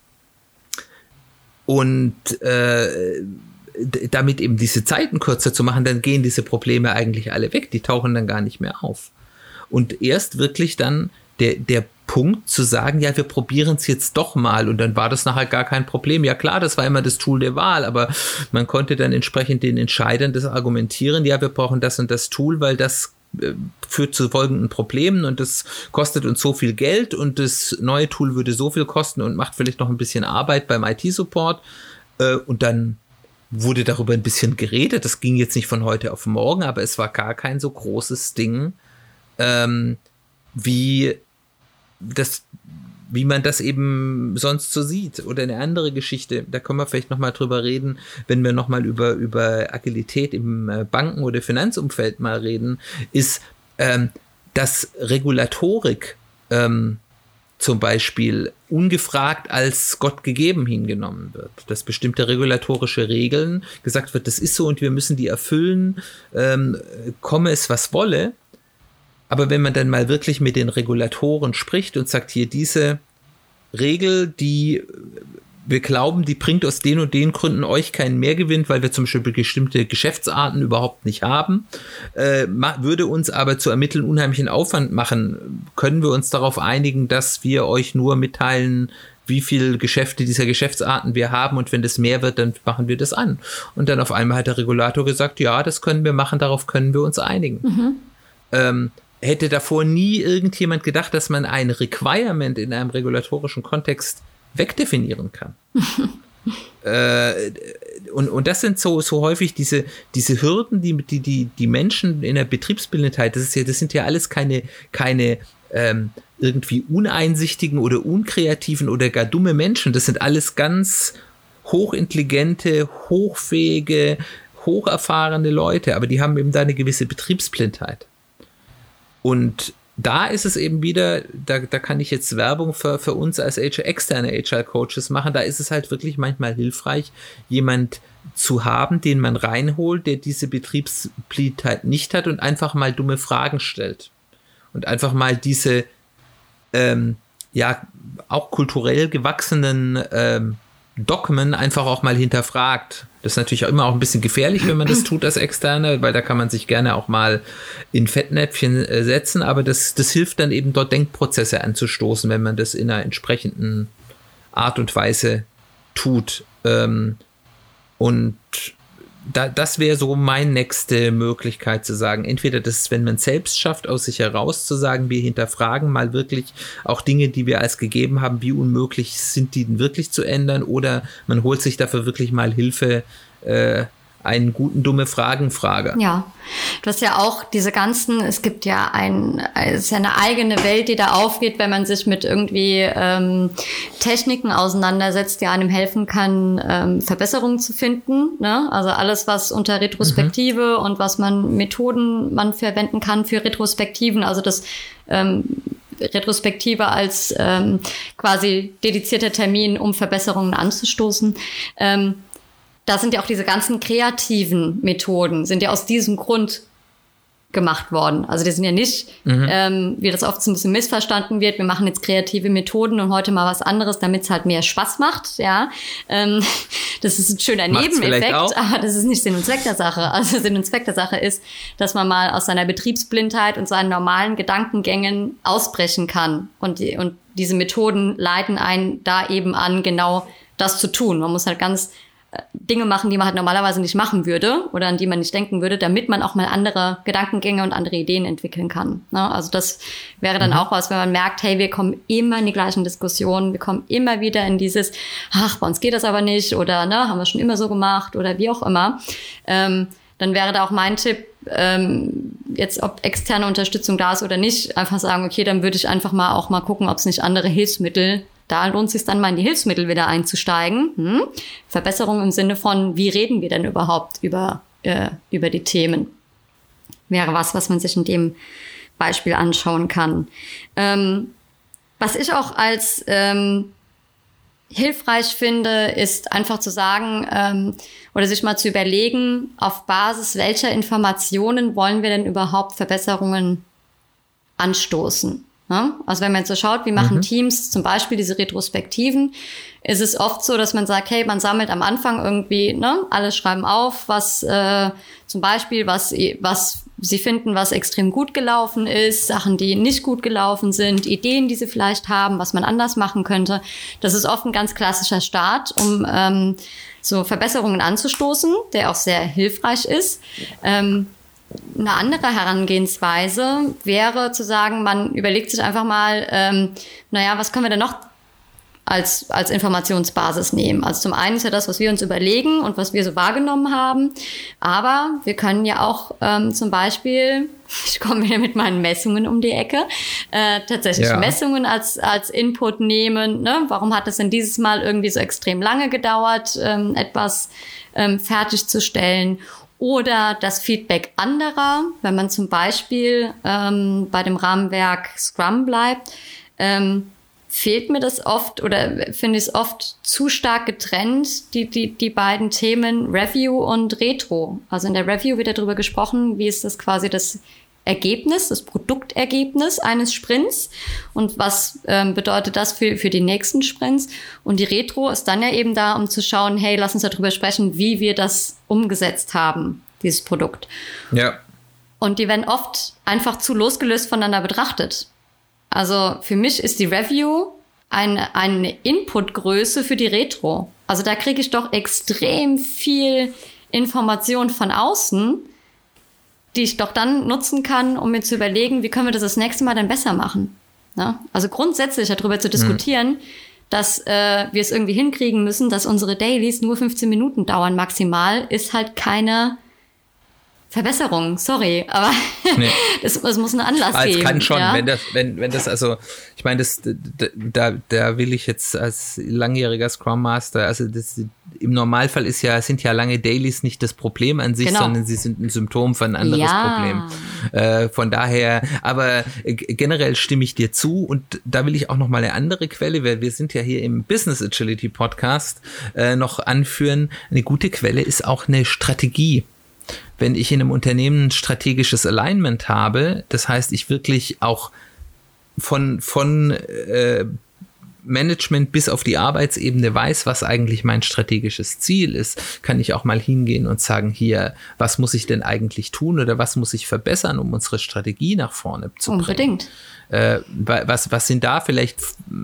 und äh, d- damit eben diese Zeiten kürzer zu machen, dann gehen diese Probleme eigentlich alle weg, die tauchen dann gar nicht mehr auf. Und erst wirklich dann der, der Punkt zu sagen, ja, wir probieren es jetzt doch mal und dann war das nachher gar kein Problem. Ja klar, das war immer das Tool der Wahl, aber man konnte dann entsprechend den Entscheidern das argumentieren, ja, wir brauchen das und das Tool, weil das äh, führt zu folgenden Problemen und das kostet uns so viel Geld und das neue Tool würde so viel kosten und macht vielleicht noch ein bisschen Arbeit beim I T-Support äh, und dann wurde darüber ein bisschen geredet. Das ging jetzt nicht von heute auf morgen, aber es war gar kein so großes Ding, ähm, wie das, wie man das eben sonst so sieht. Oder eine andere Geschichte, da können wir vielleicht nochmal drüber reden, wenn wir nochmal über, über Agilität im Banken- oder Finanzumfeld mal reden, ist, ähm, dass Regulatorik ähm, zum Beispiel ungefragt als Gott gegeben hingenommen wird. Dass bestimmte regulatorische Regeln gesagt wird, das ist so und wir müssen die erfüllen, ähm, komme es was wolle. Aber wenn man dann mal wirklich mit den Regulatoren spricht und sagt, hier diese Regel, die wir glauben, die bringt aus den und den Gründen euch keinen Mehrgewinn, weil wir zum Beispiel bestimmte Geschäftsarten überhaupt nicht haben, äh, würde uns aber zu ermitteln unheimlichen Aufwand machen, können wir uns darauf einigen, dass wir euch nur mitteilen, wie viele Geschäfte dieser Geschäftsarten wir haben und wenn das mehr wird, dann machen wir das an. Und dann auf einmal hat der Regulator gesagt, ja, das können wir machen, darauf können wir uns einigen. Mhm. Ähm, hätte davor nie irgendjemand gedacht, dass man ein Requirement in einem regulatorischen Kontext wegdefinieren kann. äh, und, und das sind so, so häufig diese, diese Hürden, die, die, die, die Menschen in der Betriebsbildendheit, das ist ja, das sind ja alles keine, keine ähm, irgendwie uneinsichtigen oder unkreativen oder gar dumme Menschen. Das sind alles ganz hochintelligente, hochfähige, hocherfahrene Leute, aber die haben eben da eine gewisse Betriebsblindheit. Und da ist es eben wieder, da, da kann ich jetzt Werbung für, für uns als externe H R-Coaches machen, da ist es halt wirklich manchmal hilfreich, jemand zu haben, den man reinholt, der diese Betriebsblindheit nicht hat und einfach mal dumme Fragen stellt. Und einfach mal diese, ähm, ja, auch kulturell gewachsenen ähm, Dogmen einfach auch mal hinterfragt. Das ist natürlich auch immer auch ein bisschen gefährlich, wenn man das tut als Externe, weil da kann man sich gerne auch mal in Fettnäpfchen äh, setzen, aber das, das hilft dann eben dort Denkprozesse anzustoßen, wenn man das in einer entsprechenden Art und Weise tut. Ähm, und da, das wäre so meine nächste Möglichkeit zu sagen, entweder das ist, wenn man es selbst schafft, aus sich heraus zu sagen, wir hinterfragen mal wirklich auch Dinge, die wir als gegeben haben, wie unmöglich sind die denn wirklich zu ändern, oder man holt sich dafür wirklich mal Hilfe äh, einen guten dumme Fragen frage. Ja, du hast ja auch diese ganzen, es gibt ja ein, es ist ja eine eigene Welt, die da aufgeht, wenn man sich mit irgendwie ähm, Techniken auseinandersetzt, die einem helfen kann, ähm, Verbesserungen zu finden. Ne? Also alles, was unter Retrospektive mhm. und was man Methoden man verwenden kann für Retrospektiven, also das ähm, Retrospektive als ähm, quasi dedizierter Termin, um Verbesserungen anzustoßen. Ähm, Da sind ja auch diese ganzen kreativen Methoden, sind ja aus diesem Grund gemacht worden. Also die sind ja nicht, mhm. ähm, wie das oft so ein bisschen missverstanden wird, wir machen jetzt kreative Methoden und heute mal was anderes, damit es halt mehr Spaß macht. Ja, ähm, das ist ein schöner Macht's Nebeneffekt, aber das ist nicht Sinn und Zweck der Sache. Also Sinn und Zweck der Sache ist, dass man mal aus seiner Betriebsblindheit und seinen normalen Gedankengängen ausbrechen kann. Und, die, und diese Methoden leiten einen da eben an, genau das zu tun. Man muss halt ganz Dinge machen, die man halt normalerweise nicht machen würde oder an die man nicht denken würde, damit man auch mal andere Gedankengänge und andere Ideen entwickeln kann. Ne? Also das wäre dann mhm. auch was, wenn man merkt, hey, wir kommen immer in die gleichen Diskussionen, wir kommen immer wieder in dieses, ach, bei uns geht das aber nicht oder ne, haben wir schon immer so gemacht oder wie auch immer. Ähm, dann wäre da auch mein Tipp, ähm, jetzt ob externe Unterstützung da ist oder nicht, einfach sagen, okay, dann würde ich einfach mal auch mal gucken, ob es nicht andere Hilfsmittel Da lohnt es sich dann mal in die Hilfsmittel wieder einzusteigen. Hm? Verbesserung im Sinne von, wie reden wir denn überhaupt über, äh, über die Themen? Wäre was, was man sich in dem Beispiel anschauen kann. Ähm, was ich auch als ähm, hilfreich finde, ist einfach zu sagen ähm, oder sich mal zu überlegen, auf Basis welcher Informationen wollen wir denn überhaupt Verbesserungen anstoßen. Ja, also wenn man jetzt so schaut, wie machen mhm. Teams zum Beispiel diese Retrospektiven, ist es oft so, dass man sagt, hey, man sammelt am Anfang irgendwie, ne, alle schreiben auf, was äh, zum Beispiel, was, was sie finden, was extrem gut gelaufen ist, Sachen, die nicht gut gelaufen sind, Ideen, die sie vielleicht haben, was man anders machen könnte. Das ist oft ein ganz klassischer Start, um ähm, so Verbesserungen anzustoßen, der auch sehr hilfreich ist. Ähm, Eine andere Herangehensweise wäre zu sagen, man überlegt sich einfach mal, ähm, naja, was können wir denn noch als, als Informationsbasis nehmen? Also zum einen ist ja das, was wir uns überlegen und was wir so wahrgenommen haben, aber wir können ja auch ähm, zum Beispiel, ich komme wieder mit meinen Messungen um die Ecke, äh, tatsächlich ja. Messungen als, als Input nehmen. Ne? Warum hat es denn dieses Mal irgendwie so extrem lange gedauert, ähm, etwas ähm, fertigzustellen? Oder das Feedback anderer, wenn man zum Beispiel ähm, bei dem Rahmenwerk Scrum bleibt, ähm, fehlt mir das oft oder finde ich es oft zu stark getrennt, die, die, die beiden Themen Review und Retro. Also in der Review wird ja darüber gesprochen, wie ist das quasi das Ergebnis, das Produktergebnis eines Sprints und was ähm, bedeutet das für, für die nächsten Sprints. Und die Retro ist dann ja eben da, um zu schauen, hey, lass uns darüber sprechen, wie wir das umgesetzt haben, dieses Produkt. Ja. Und die werden oft einfach zu losgelöst voneinander betrachtet. Also für mich ist die Review eine, eine Inputgröße für die Retro. Also da kriege ich doch extrem viel Information von außen, die ich doch dann nutzen kann, um mir zu überlegen, wie können wir das das nächste Mal dann besser machen. Ja? Also grundsätzlich darüber zu diskutieren, mhm. dass äh, wir es irgendwie hinkriegen müssen, dass unsere Dailies nur fünfzehn Minuten dauern maximal, ist halt keine Verbesserung, sorry, aber nee. das, das muss einen Anlass ah, geben. Es kann schon, ja? wenn das, wenn, wenn das, also, ich meine, das, da, da will ich jetzt als langjähriger Scrum Master, also das, im Normalfall ist ja, sind ja lange Dailies nicht das Problem an sich, genau. sondern sie sind ein Symptom für ein anderes ja. Problem. Äh, von daher, aber generell stimme ich dir zu und da will ich auch noch mal eine andere Quelle, weil wir sind ja hier im Business Agility Podcast, äh, noch anführen. Eine gute Quelle ist auch eine Strategie. Wenn ich in einem Unternehmen ein strategisches Alignment habe, das heißt, ich wirklich auch von, von äh, Management bis auf die Arbeitsebene weiß, was eigentlich mein strategisches Ziel ist, kann ich auch mal hingehen und sagen, hier, was muss ich denn eigentlich tun oder was muss ich verbessern, um unsere Strategie nach vorne zu bringen? Unbedingt. Äh, was, was sind da vielleicht,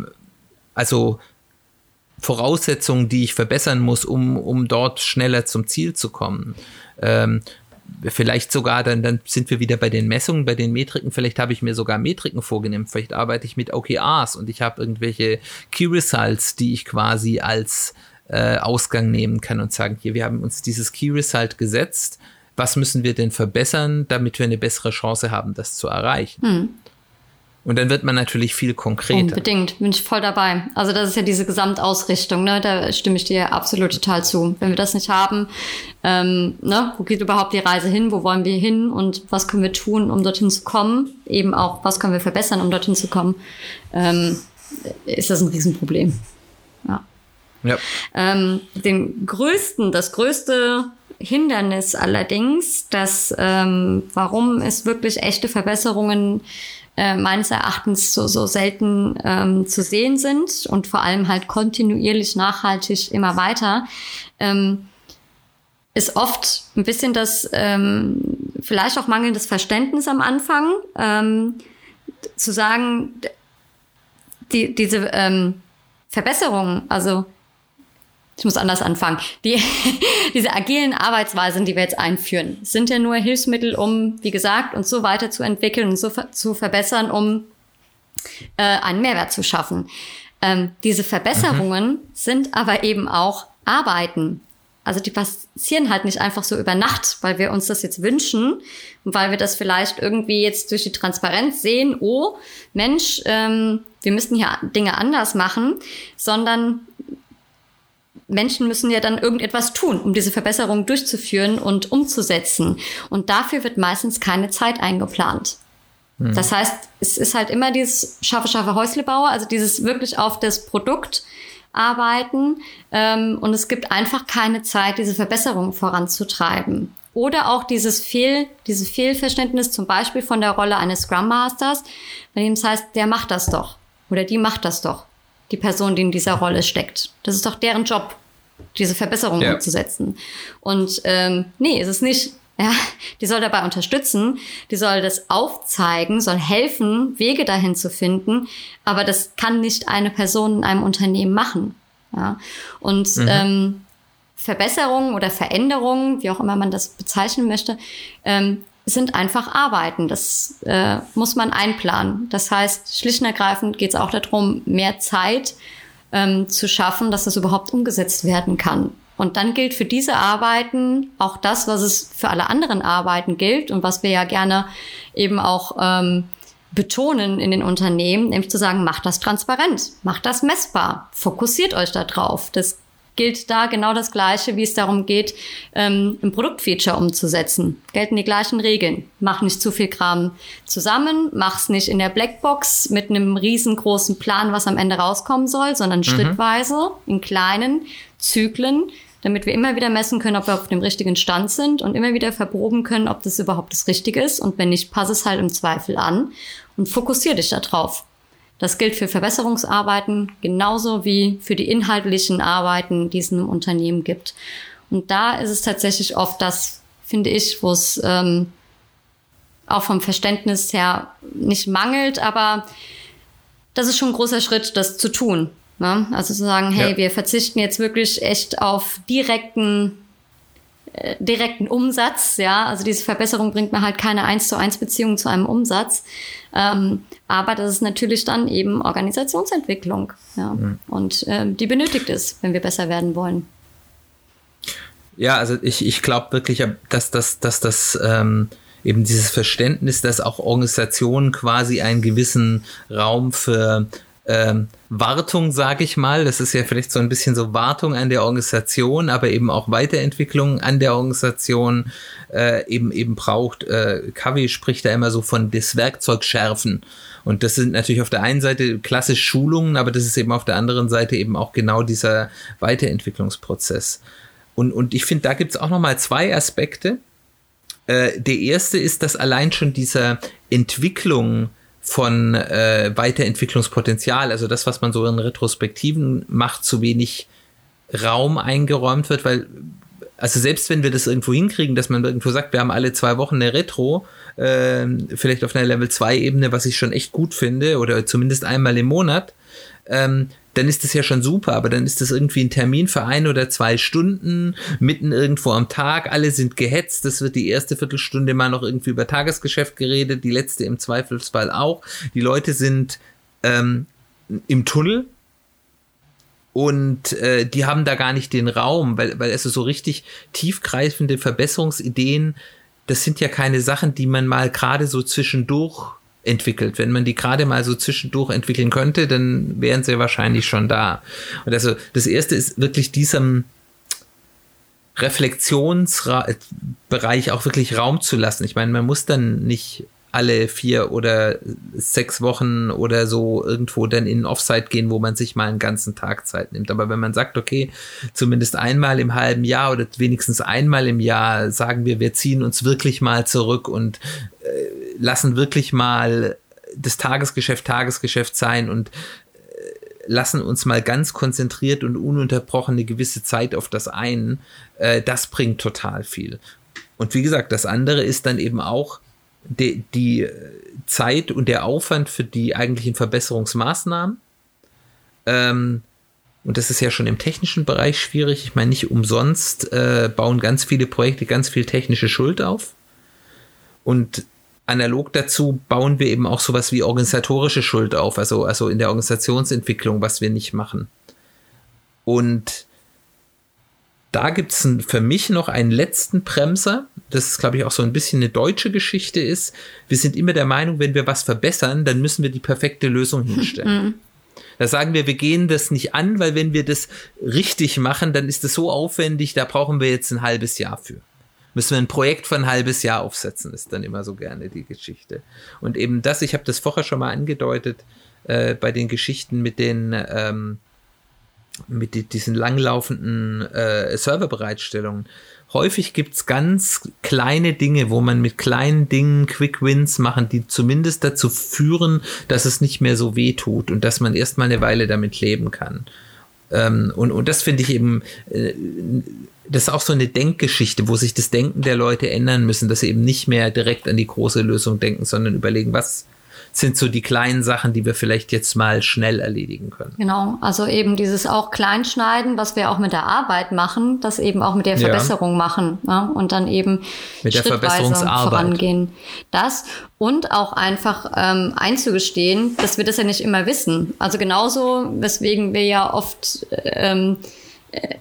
also Voraussetzungen, die ich verbessern muss, um, um dort schneller zum Ziel zu kommen? Ähm, vielleicht sogar, dann, dann sind wir wieder bei den Messungen, bei den Metriken, vielleicht habe ich mir sogar Metriken vorgenommen, vielleicht arbeite ich mit O K Rs und ich habe irgendwelche Key Results, die ich quasi als äh, Ausgang nehmen kann und sagen, hier, wir haben uns dieses Key Result gesetzt, was müssen wir denn verbessern, damit wir eine bessere Chance haben, das zu erreichen? Hm. Und dann wird man natürlich viel konkreter. Unbedingt, bin ich voll dabei. Also das ist ja diese Gesamtausrichtung, ne? Da stimme ich dir absolut total zu. Wenn wir das nicht haben, ähm, ne? Wo geht überhaupt die Reise hin, wo wollen wir hin und was können wir tun, um dorthin zu kommen? Eben auch, was können wir verbessern, um dorthin zu kommen? Ähm, ist das ein Riesenproblem. Ja. Ja. Ähm, den größten, das größte Hindernis allerdings, dass ähm, warum es wirklich echte Verbesserungen äh, meines Erachtens so, so selten ähm, zu sehen sind und vor allem halt kontinuierlich, nachhaltig immer weiter, ähm, ist oft ein bisschen das ähm, vielleicht auch mangelndes Verständnis am Anfang, ähm, zu sagen, die, diese ähm, Verbesserungen, also ich muss anders anfangen. Die, diese agilen Arbeitsweisen, die wir jetzt einführen, sind ja nur Hilfsmittel, um, wie gesagt, uns so weiterzuentwickeln und so ver- zu verbessern, um äh, einen Mehrwert zu schaffen. Ähm, diese Verbesserungen mhm. sind aber eben auch Arbeiten. Also die passieren halt nicht einfach so über Nacht, weil wir uns das jetzt wünschen und weil wir das vielleicht irgendwie jetzt durch die Transparenz sehen, oh, Mensch, ähm, wir müssten hier Dinge anders machen, sondern Menschen müssen ja dann irgendetwas tun, um diese Verbesserung durchzuführen und umzusetzen. Und dafür wird meistens keine Zeit eingeplant. Mhm. Das heißt, es ist halt immer dieses scharfe, scharfe Häuslebauer, also dieses wirklich auf das Produkt arbeiten. Ähm, und es gibt einfach keine Zeit, diese Verbesserung voranzutreiben. Oder auch dieses Fehl, dieses Fehlverständnis zum Beispiel von der Rolle eines Scrum Masters, bei dem es heißt, der macht das doch. Oder die macht das doch. Die Person, die in dieser Rolle steckt. Das ist doch deren Job, diese Verbesserung ja. umzusetzen. Und ähm, nee, ist es nicht. Ja, die soll dabei unterstützen, die soll das aufzeigen, soll helfen, Wege dahin zu finden, aber das kann nicht eine Person in einem Unternehmen machen. Ja, und mhm. ähm, Verbesserungen oder Veränderungen, wie auch immer man das bezeichnen möchte, ähm, sind einfach Arbeiten. Das äh, muss man einplanen. Das heißt, schlicht und ergreifend geht es auch darum, mehr Zeit ähm, zu schaffen, dass das überhaupt umgesetzt werden kann. Und dann gilt für diese Arbeiten auch das, was es für alle anderen Arbeiten gilt und was wir ja gerne eben auch ähm, betonen in den Unternehmen, nämlich zu sagen, macht das transparent, macht das messbar, fokussiert euch da drauf. Das gilt da genau das Gleiche, wie es darum geht, ähm, ein Produktfeature umzusetzen. Gelten die gleichen Regeln. Mach nicht zu viel Kram zusammen, mach's nicht in der Blackbox mit einem riesengroßen Plan, was am Ende rauskommen soll, sondern mhm. schrittweise, in kleinen Zyklen, damit wir immer wieder messen können, ob wir auf dem richtigen Stand sind und immer wieder verproben können, ob das überhaupt das Richtige ist. Und wenn nicht, pass es halt im Zweifel an und fokussier dich da drauf. Das gilt für Verbesserungsarbeiten genauso wie für die inhaltlichen Arbeiten, die es in einem Unternehmen gibt. Und da ist es tatsächlich oft das, finde ich, wo es ähm, auch vom Verständnis her nicht mangelt, aber das ist schon ein großer Schritt, das zu tun. Ne? Also zu sagen, hey, ja. wir verzichten jetzt wirklich echt auf direkten äh, direkten Umsatz, ja, also diese Verbesserung bringt mir halt keine eins zu eins Beziehung zu einem Umsatz, ähm, aber das ist natürlich dann eben Organisationsentwicklung, ja, mhm. und ähm, die benötigt es, wenn wir besser werden wollen. Ja, also ich, ich glaube wirklich, dass das, dass das ähm, eben dieses Verständnis, dass auch Organisationen quasi einen gewissen Raum für Ähm, Wartung, sage ich mal, das ist ja vielleicht so ein bisschen so Wartung an der Organisation, aber eben auch Weiterentwicklung an der Organisation äh, eben eben braucht. Äh, Covey spricht da immer so von das Werkzeug schärfen, und das sind natürlich auf der einen Seite klassisch Schulungen, aber das ist eben auf der anderen Seite eben auch genau dieser Weiterentwicklungsprozess. Und, und ich finde, da gibt es auch nochmal zwei Aspekte. Äh, der erste ist, dass allein schon dieser Entwicklung von äh, Weiterentwicklungspotenzial, also das, was man so in Retrospektiven macht, zu wenig Raum eingeräumt wird, weil, also selbst wenn wir das irgendwo hinkriegen, dass man irgendwo sagt, wir haben alle zwei Wochen eine Retro, äh, vielleicht auf einer Level zwei Ebene, was ich schon echt gut finde, oder zumindest einmal im Monat, ähm, dann ist das ja schon super, aber dann ist das irgendwie ein Termin für ein oder zwei Stunden, mitten irgendwo am Tag, alle sind gehetzt, das wird die erste Viertelstunde mal noch irgendwie über Tagesgeschäft geredet, die letzte im Zweifelsfall auch, die Leute sind ähm, im Tunnel Und äh, die haben da gar nicht den Raum, weil, weil also so richtig tiefgreifende Verbesserungsideen, das sind ja keine Sachen, die man mal gerade so zwischendurch entwickelt. Wenn man die gerade mal so zwischendurch entwickeln könnte, dann wären sie wahrscheinlich schon da. Und also das erste ist wirklich diesem Reflexionsbereich auch wirklich Raum zu lassen. Ich meine, man muss dann nicht alle vier oder sechs Wochen oder so irgendwo dann in Offsite gehen, wo man sich mal einen ganzen Tag Zeit nimmt. Aber wenn man sagt, okay, zumindest einmal im halben Jahr oder wenigstens einmal im Jahr sagen wir, wir ziehen uns wirklich mal zurück und äh, lassen wirklich mal das Tagesgeschäft Tagesgeschäft sein und äh, lassen uns mal ganz konzentriert und ununterbrochen eine gewisse Zeit auf das ein, äh, das bringt total viel. Und wie gesagt, das andere ist dann eben auch Die, die Zeit und der Aufwand für die eigentlichen Verbesserungsmaßnahmen. Ähm, und das ist ja schon im technischen Bereich schwierig. Ich meine, nicht umsonst äh, bauen ganz viele Projekte ganz viel technische Schuld auf. Und analog dazu bauen wir eben auch sowas wie organisatorische Schuld auf, also, also in der Organisationsentwicklung, was wir nicht machen. Und da gibt es für mich noch einen letzten Bremser, das ist, glaube ich, auch so ein bisschen eine deutsche Geschichte ist. Wir sind immer der Meinung, wenn wir was verbessern, dann müssen wir die perfekte Lösung hinstellen. Mhm. Da sagen wir, wir gehen das nicht an, weil wenn wir das richtig machen, dann ist das so aufwendig, da brauchen wir jetzt ein halbes Jahr für. Müssen wir ein Projekt für ein halbes Jahr aufsetzen, ist dann immer so gerne die Geschichte. Und eben das, ich habe das vorher schon mal angedeutet, äh, bei den Geschichten mit den ähm, mit die, diesen langlaufenden äh, Serverbereitstellungen. Häufig gibt es ganz kleine Dinge, wo man mit kleinen Dingen Quick Wins machen, die zumindest dazu führen, dass es nicht mehr so weh tut und dass man erstmal eine Weile damit leben kann. Ähm, und, und das finde ich eben, äh, das ist auch so eine Denkgeschichte, wo sich das Denken der Leute ändern müssen, dass sie eben nicht mehr direkt an die große Lösung denken, sondern überlegen, was sind so die kleinen Sachen, die wir vielleicht jetzt mal schnell erledigen können. Genau, also eben dieses auch Kleinschneiden, was wir auch mit der Arbeit machen, das eben auch mit der Verbesserung ja. machen, ne? Und dann eben mit der schrittweise vorangehen. Das und auch einfach ähm, einzugestehen, dass wir das ja nicht immer wissen. Also genauso, weswegen wir ja oft ähm, äh,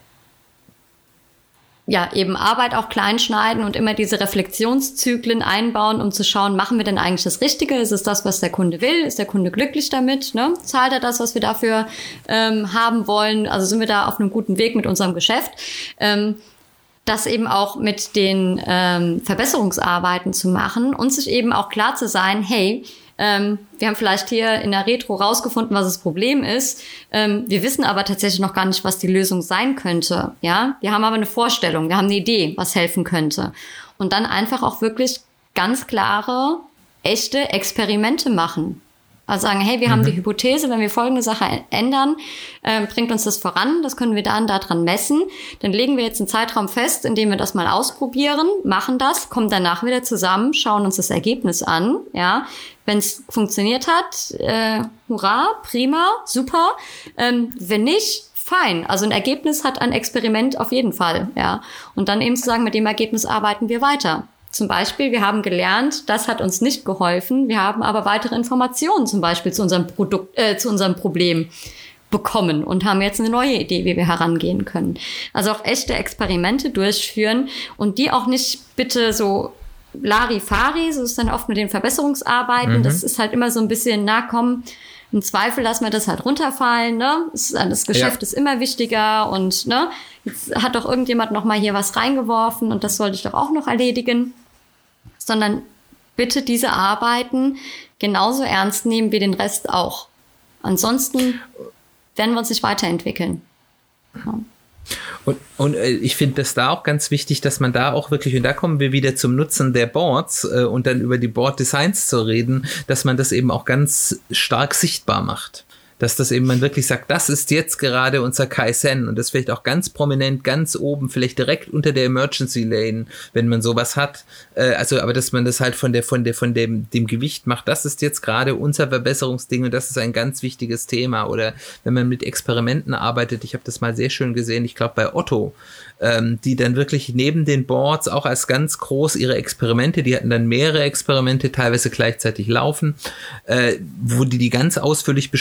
ja, eben Arbeit auch klein schneiden und immer diese Reflexionszyklen einbauen, um zu schauen, machen wir denn eigentlich das Richtige? Ist es das, was der Kunde will? Ist der Kunde glücklich damit? Ne? Zahlt er das, was wir dafür ähm, haben wollen? Also sind wir da auf einem guten Weg mit unserem Geschäft? Ähm, das eben auch mit den ähm, Verbesserungsarbeiten zu machen und sich eben auch klar zu sein, hey, Ähm, wir haben vielleicht hier in der Retro rausgefunden, was das Problem ist. Ähm, wir wissen aber tatsächlich noch gar nicht, was die Lösung sein könnte. Ja, wir haben aber eine Vorstellung, wir haben eine Idee, was helfen könnte. Und dann einfach auch wirklich ganz klare, echte Experimente machen. Also sagen, hey, wir mhm. haben die Hypothese, wenn wir folgende Sache ändern, äh, bringt uns das voran, das können wir dann daran messen. Dann legen wir jetzt einen Zeitraum fest, in dem wir das mal ausprobieren, machen das, kommen danach wieder zusammen, schauen uns das Ergebnis an. Ja, wenn es funktioniert hat, äh, hurra, prima, super. Ähm, wenn nicht, fein. Also ein Ergebnis hat ein Experiment auf jeden Fall. Ja, und dann eben zu sagen, mit dem Ergebnis arbeiten wir weiter. Zum Beispiel, wir haben gelernt, das hat uns nicht geholfen. Wir haben aber weitere Informationen zum Beispiel zu unserem Produkt, äh, zu unserem Problem bekommen und haben jetzt eine neue Idee, wie wir herangehen können. Also auch echte Experimente durchführen und die auch nicht bitte so Larifari, so ist dann oft mit den Verbesserungsarbeiten. Mhm. Das ist halt immer so ein bisschen, na komm, im Zweifel lassen wir das halt runterfallen, ne? Das Geschäft ja. ist immer wichtiger und ne, jetzt hat doch irgendjemand noch mal hier was reingeworfen und das sollte ich doch auch noch erledigen. Sondern bitte diese Arbeiten genauso ernst nehmen wie den Rest auch. Ansonsten werden wir uns nicht weiterentwickeln. Ja. Und, und äh, ich finde das da auch ganz wichtig, dass man da auch wirklich, und da kommen wir wieder zum Nutzen der Boards äh, und dann über die Board-Designs zu reden, dass man das eben auch ganz stark sichtbar macht. Dass das eben man wirklich sagt, das ist jetzt gerade unser Kaizen und das vielleicht auch ganz prominent, ganz oben, vielleicht direkt unter der Emergency Lane, wenn man sowas hat. Äh, also, aber dass man das halt von der, von der, von dem, dem Gewicht macht, das ist jetzt gerade unser Verbesserungsding und das ist ein ganz wichtiges Thema. Oder wenn man mit Experimenten arbeitet, ich habe das mal sehr schön gesehen, ich glaube bei Otto, ähm, die dann wirklich neben den Boards auch als ganz groß ihre Experimente, die hatten dann mehrere Experimente teilweise gleichzeitig laufen, äh, wo die die ganz ausführlich beschrieben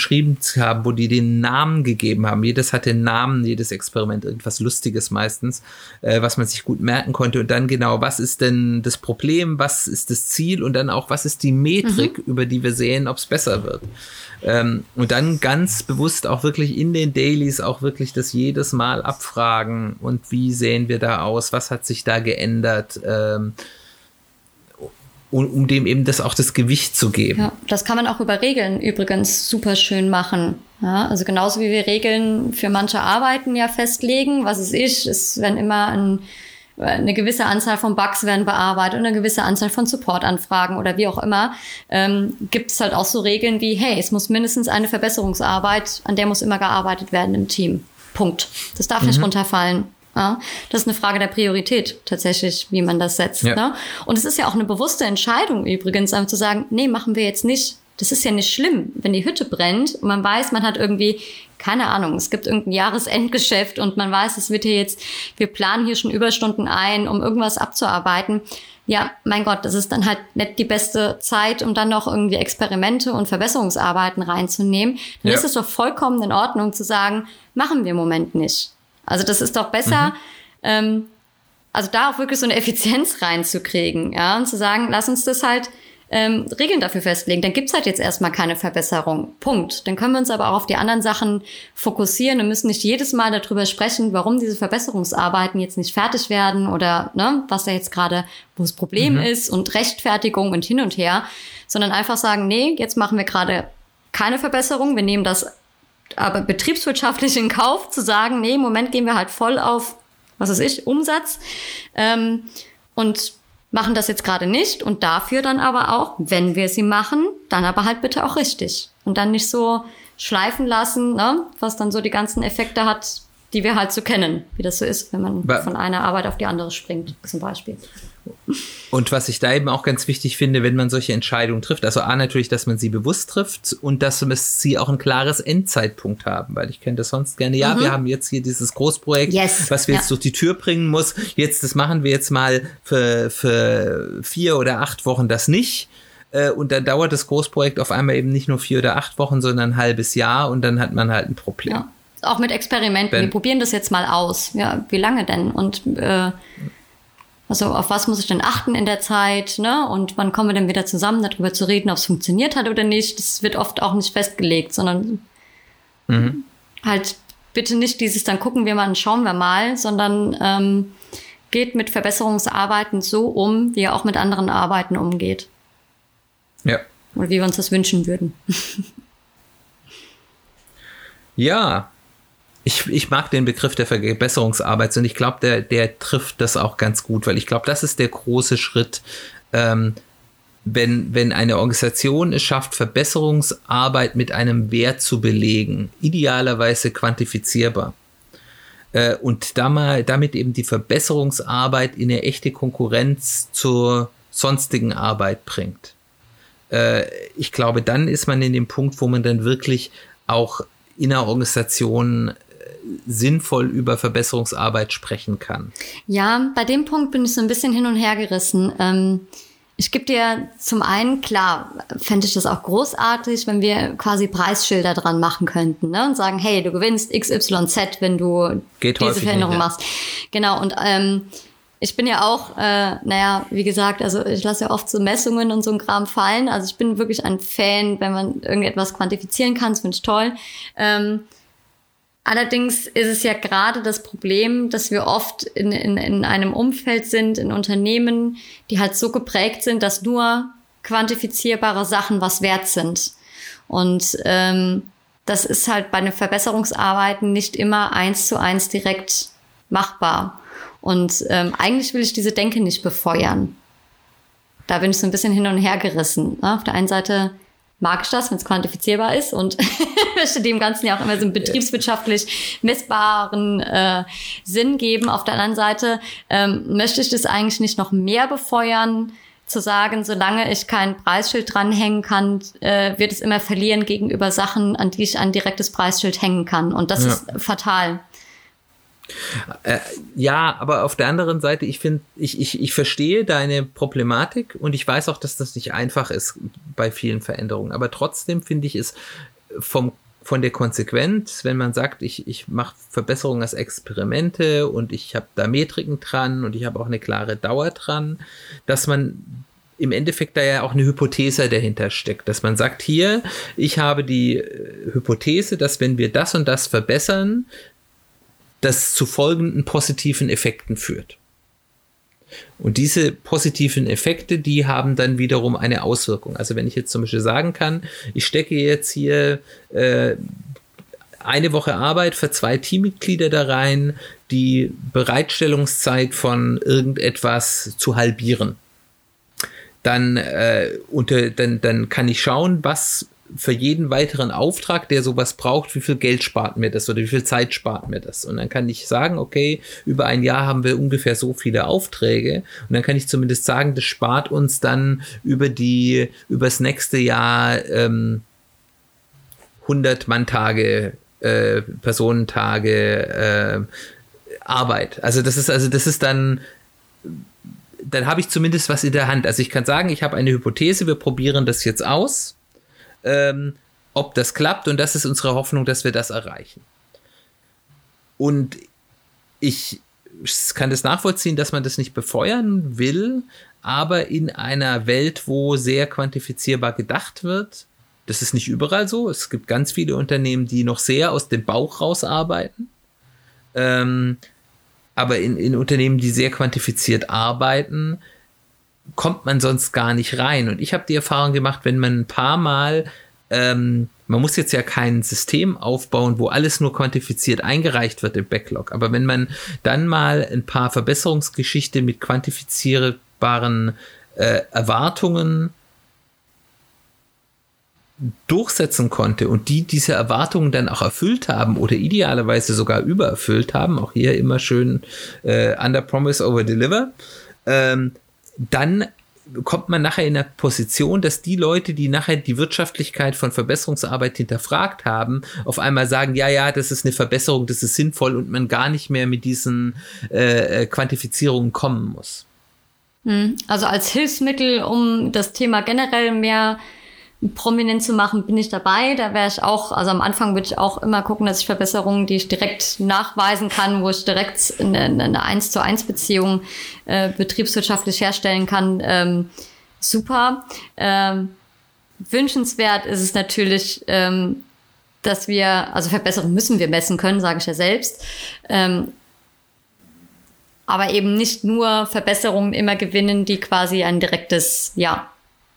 gemacht haben, wo die den Namen gegeben haben. Jedes hatte einen Namen, jedes Experiment, irgendwas Lustiges meistens, äh, was man sich gut merken konnte. Und dann genau, was ist denn das Problem, was ist das Ziel und dann auch, was ist die Metrik, mhm. über die wir sehen, ob es besser wird. Ähm, und dann ganz bewusst auch wirklich in den Dailies auch wirklich das jedes Mal abfragen und wie sehen wir da aus, was hat sich da geändert, ähm, um, um dem eben das auch das Gewicht zu geben. Ja, das kann man auch über Regeln übrigens super schön machen. Ja, also genauso wie wir Regeln für manche Arbeiten ja festlegen, was es ist, ist, wenn immer ein eine gewisse Anzahl von Bugs werden bearbeitet und eine gewisse Anzahl von Supportanfragen oder wie auch immer, ähm, gibt es halt auch so Regeln wie, hey, es muss mindestens eine Verbesserungsarbeit, an der muss immer gearbeitet werden im Team. Punkt. Das darf mhm. nicht runterfallen. Ja? Das ist eine Frage der Priorität tatsächlich, wie man das setzt. Ja. Ne? Und es ist ja auch eine bewusste Entscheidung übrigens, zu sagen, nee, machen wir jetzt nicht. Das ist ja nicht schlimm, wenn die Hütte brennt und man weiß, man hat irgendwie, keine Ahnung, es gibt irgendein Jahresendgeschäft und man weiß, es wird hier jetzt, wir planen hier schon Überstunden ein, um irgendwas abzuarbeiten. Ja, mein Gott, das ist dann halt nicht die beste Zeit, um dann noch irgendwie Experimente und Verbesserungsarbeiten reinzunehmen. Dann ja. ist es doch vollkommen in Ordnung zu sagen, machen wir im Moment nicht. Also das ist doch besser, mhm. ähm, also da auch wirklich so eine Effizienz reinzukriegen, ja, und zu sagen, lass uns das halt Ähm, Regeln dafür festlegen, dann gibt's halt jetzt erstmal keine Verbesserung. Punkt. Dann können wir uns aber auch auf die anderen Sachen fokussieren und müssen nicht jedes Mal darüber sprechen, warum diese Verbesserungsarbeiten jetzt nicht fertig werden oder ne, was da jetzt gerade, wo das Problem mhm. ist und Rechtfertigung und hin und her, sondern einfach sagen, nee, jetzt machen wir gerade keine Verbesserung, wir nehmen das aber betriebswirtschaftlich in Kauf, zu sagen, nee, im Moment gehen wir halt voll auf, was weiß ich, Umsatz ähm, und machen das jetzt gerade nicht und dafür dann aber auch, wenn wir sie machen, dann aber halt bitte auch richtig. Und dann nicht so schleifen lassen, ne, was dann so die ganzen Effekte hat, die wir halt so kennen, wie das so ist, wenn man ba- von einer Arbeit auf die andere springt, zum Beispiel. Und was ich da eben auch ganz wichtig finde, wenn man solche Entscheidungen trifft, also A, natürlich, dass man sie bewusst trifft und dass sie auch ein klares Endzeitpunkt haben, weil ich kenne das sonst gerne, ja, mhm. wir haben jetzt hier dieses Großprojekt, yes. was wir jetzt ja. durch die Tür bringen muss, jetzt, das machen wir jetzt mal für, für vier oder acht Wochen das nicht. Und dann dauert das Großprojekt auf einmal eben nicht nur vier oder acht Wochen, sondern ein halbes Jahr und dann hat man halt ein Problem. Ja. Auch mit Experimenten, wenn, wir probieren das jetzt mal aus. Ja, wie lange denn? Und äh, also auf was muss ich denn achten in der Zeit, ne? Und wann kommen wir denn wieder zusammen, darüber zu reden, ob es funktioniert hat oder nicht. Das wird oft auch nicht festgelegt, sondern mhm. halt bitte nicht dieses, dann gucken wir mal und schauen wir mal, sondern ähm, geht mit Verbesserungsarbeiten so um, wie ihr auch mit anderen Arbeiten umgeht. Ja. Oder wie wir uns das wünschen würden. Ja. Ich, ich mag den Begriff der Verbesserungsarbeit und ich glaube, der, der trifft das auch ganz gut, weil ich glaube, das ist der große Schritt, ähm, wenn, wenn eine Organisation es schafft, Verbesserungsarbeit mit einem Wert zu belegen, idealerweise quantifizierbar, äh, und damit eben die Verbesserungsarbeit in eine echte Konkurrenz zur sonstigen Arbeit bringt. Äh, ich glaube, dann ist man in dem Punkt, wo man dann wirklich auch in einer Organisation sinnvoll über Verbesserungsarbeit sprechen kann. Ja, bei dem Punkt bin ich so ein bisschen hin und her gerissen. Ähm, ich gebe dir zum einen, klar, fände ich das auch großartig, wenn wir quasi Preisschilder dran machen könnten, ne? Und sagen, hey, du gewinnst X Y Z, wenn du Geht diese Veränderung nicht, ja. machst. Genau, und ähm, ich bin ja auch, äh, naja, wie gesagt, also ich lasse ja oft so Messungen und so ein Kram fallen. Also ich bin wirklich ein Fan, wenn man irgendetwas quantifizieren kann, das finde ich toll. Ähm, allerdings ist es ja gerade das Problem, dass wir oft in, in, in einem Umfeld sind, in Unternehmen, die halt so geprägt sind, dass nur quantifizierbare Sachen was wert sind. Und ähm, das ist halt bei den Verbesserungsarbeiten nicht immer eins zu eins direkt machbar. Und ähm, eigentlich will ich diese Denke nicht befeuern. Da bin ich so ein bisschen hin und her gerissen. Ne? Auf der einen Seite mag ich das, wenn es quantifizierbar ist und möchte dem Ganzen ja auch immer so einen betriebswirtschaftlich messbaren äh, Sinn geben. Auf der anderen Seite ähm, möchte ich das eigentlich nicht noch mehr befeuern, zu sagen, solange ich kein Preisschild dranhängen kann, äh, wird es immer verlieren gegenüber Sachen, an die ich ein direktes Preisschild hängen kann. Und das ja. ist fatal. Äh, ja, aber auf der anderen Seite, ich finde, ich, ich, ich verstehe deine Problematik und ich weiß auch, dass das nicht einfach ist bei vielen Veränderungen. Aber trotzdem finde ich es vom, von der Konsequenz, wenn man sagt, ich, ich mache Verbesserungen als Experimente und ich habe da Metriken dran und ich habe auch eine klare Dauer dran, dass man im Endeffekt da ja auch eine Hypothese dahinter steckt, dass man sagt, hier, ich habe die äh, Hypothese, dass wenn wir das und das verbessern, das zu folgenden positiven Effekten führt. Und diese positiven Effekte, die haben dann wiederum eine Auswirkung. Also wenn ich jetzt zum Beispiel sagen kann, ich stecke jetzt hier äh, eine Woche Arbeit für zwei Teammitglieder da rein, die Bereitstellungszeit von irgendetwas zu halbieren, dann, äh, unter, dann, dann kann ich schauen, was für jeden weiteren Auftrag, der sowas braucht, wie viel Geld spart mir das oder wie viel Zeit spart mir das. Und dann kann ich sagen, okay, über ein Jahr haben wir ungefähr so viele Aufträge und dann kann ich zumindest sagen, das spart uns dann über die, übers nächste Jahr ähm, hundert Manntage, äh, Personentage, äh, Arbeit. Also das ist, also das ist dann, dann habe ich zumindest was in der Hand. Also ich kann sagen, ich habe eine Hypothese, wir probieren das jetzt aus. Ähm, ob das klappt und das ist unsere Hoffnung, dass wir das erreichen. Und ich kann das nachvollziehen, dass man das nicht befeuern will, aber in einer Welt, wo sehr quantifizierbar gedacht wird, das ist nicht überall so, es gibt ganz viele Unternehmen, die noch sehr aus dem Bauch raus arbeiten, ähm, aber in, in Unternehmen, die sehr quantifiziert arbeiten, kommt man sonst gar nicht rein. Und ich habe die Erfahrung gemacht, wenn man ein paar Mal, ähm, man muss jetzt ja kein System aufbauen, wo alles nur quantifiziert eingereicht wird im Backlog, aber wenn man dann mal ein paar Verbesserungsgeschichte mit quantifizierbaren äh, Erwartungen durchsetzen konnte und die diese Erwartungen dann auch erfüllt haben oder idealerweise sogar übererfüllt haben, auch hier immer schön äh, under promise, over deliver, ähm, dann kommt man nachher in eine Position, dass die Leute, die nachher die Wirtschaftlichkeit von Verbesserungsarbeit hinterfragt haben, auf einmal sagen, ja, ja, das ist eine Verbesserung, das ist sinnvoll und man gar nicht mehr mit diesen äh, Quantifizierungen kommen muss. Also als Hilfsmittel, um das Thema generell mehr prominent zu machen, bin ich dabei. Da wäre ich auch, also am Anfang würde ich auch immer gucken, dass ich Verbesserungen, die ich direkt nachweisen kann, wo ich direkt eine, eine eins zu eins Beziehung äh, betriebswirtschaftlich herstellen kann. Ähm, super. Ähm, wünschenswert ist es natürlich, ähm, dass wir, also Verbesserungen müssen wir messen können, sage ich ja selbst. Ähm, aber eben nicht nur Verbesserungen immer gewinnen, die quasi ein direktes, ja,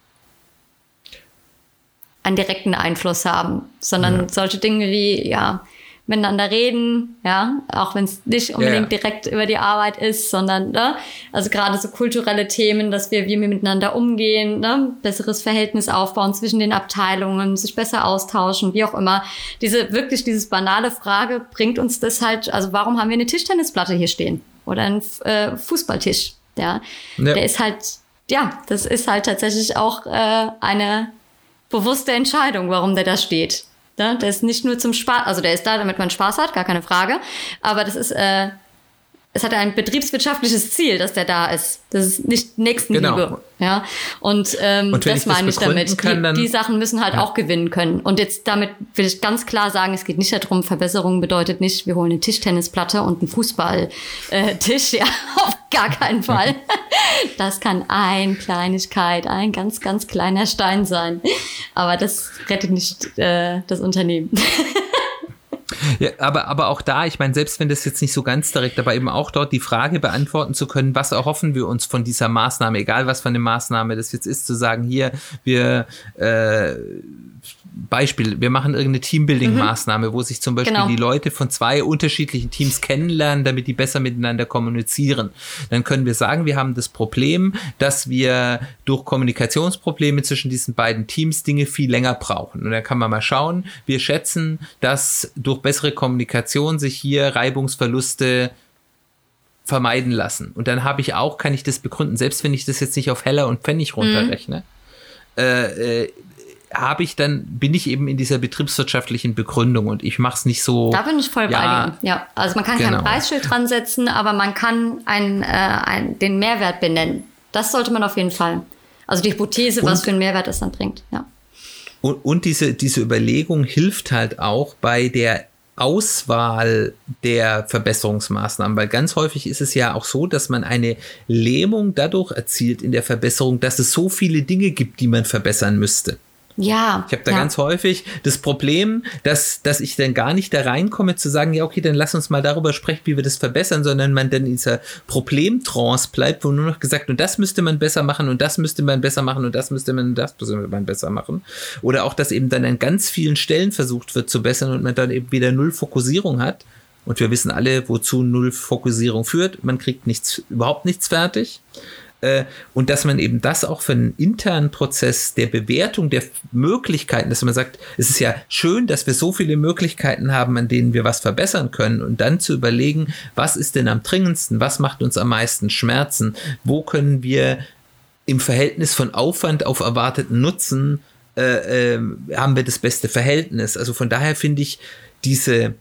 einen direkten Einfluss haben, sondern ja. solche Dinge wie, ja, miteinander reden, ja, auch wenn es nicht unbedingt ja, ja. direkt über die Arbeit ist, sondern, ne, also gerade so kulturelle Themen, dass wir, wie wir miteinander umgehen, ne, besseres Verhältnis aufbauen zwischen den Abteilungen, sich besser austauschen, wie auch immer. Diese, wirklich dieses banale Frage bringt uns das halt, also warum haben wir eine Tischtennisplatte hier stehen? Oder einen äh, Fußballtisch, ja? ja. Der ist halt, ja, das ist halt tatsächlich auch äh, eine bewusste Entscheidung, warum der da steht. Ja, der ist nicht nur zum Spaß, also der ist da, damit man Spaß hat, gar keine Frage. Aber das ist, äh, es hat ein betriebswirtschaftliches Ziel, dass der da ist. Das ist nicht Nächstenliebe. Genau. Ja, und, ähm, und das meine ich damit. Kann, die, die Sachen müssen halt ja. auch gewinnen können. Und jetzt damit will ich ganz klar sagen, es geht nicht darum, Verbesserung bedeutet nicht, wir holen eine Tischtennisplatte und einen Fußballtisch. Ja, auf gar keinen Fall. Das kann eine Kleinigkeit, ein ganz, ganz kleiner Stein sein. Aber das rettet nicht äh, das Unternehmen. Ja, aber, aber auch da, ich meine, selbst wenn das jetzt nicht so ganz direkt, aber eben auch dort die Frage beantworten zu können, was erhoffen wir uns von dieser Maßnahme, egal was für eine Maßnahme das jetzt ist, zu sagen, hier, wir, äh, Beispiel, wir machen irgendeine Teambuilding-Maßnahme, mhm. wo sich zum Beispiel genau. die Leute von zwei unterschiedlichen Teams kennenlernen, damit die besser miteinander kommunizieren. Dann können wir sagen, wir haben das Problem, dass wir durch Kommunikationsprobleme zwischen diesen beiden Teams Dinge viel länger brauchen. Und dann kann man mal schauen, wir schätzen, dass durch bessere Kommunikation sich hier Reibungsverluste vermeiden lassen. Und dann habe ich auch, kann ich das begründen, selbst wenn ich das jetzt nicht auf Heller und Pfennig runterrechne, mhm. äh, äh, habe ich dann, bin ich eben in dieser betriebswirtschaftlichen Begründung und ich mache es nicht so. Da bin ich voll ja, bei dir. Ja, also man kann genau. kein Preisschild dran setzen, aber man kann ein, äh, ein, den Mehrwert benennen. Das sollte man auf jeden Fall. Also die Hypothese, und, was für einen Mehrwert es dann bringt, ja. Und, und diese, diese Überlegung hilft halt auch bei der Auswahl der Verbesserungsmaßnahmen, weil ganz häufig ist es ja auch so, dass man eine Lähmung dadurch erzielt in der Verbesserung, dass es so viele Dinge gibt, die man verbessern müsste. Ja. Ich habe da ja. ganz häufig das Problem, dass, dass ich dann gar nicht da reinkomme zu sagen, ja okay, dann lass uns mal darüber sprechen, wie wir das verbessern, sondern man dann in dieser Problemtrance bleibt, wo nur noch gesagt, und das müsste man besser machen und das müsste man besser machen und das müsste man und das müsste man besser machen. Oder auch, dass eben dann an ganz vielen Stellen versucht wird zu bessern und man dann eben wieder null Fokussierung hat. Und wir wissen alle, wozu null Fokussierung führt. Man kriegt nichts, überhaupt nichts fertig. Und dass man eben das auch für einen internen Prozess der Bewertung der Möglichkeiten, dass man sagt, es ist ja schön, dass wir so viele Möglichkeiten haben, an denen wir was verbessern können und dann zu überlegen, was ist denn am dringendsten, was macht uns am meisten Schmerzen, wo können wir im Verhältnis von Aufwand auf erwarteten Nutzen, äh, äh, haben wir das beste Verhältnis. Also von daher finde ich diese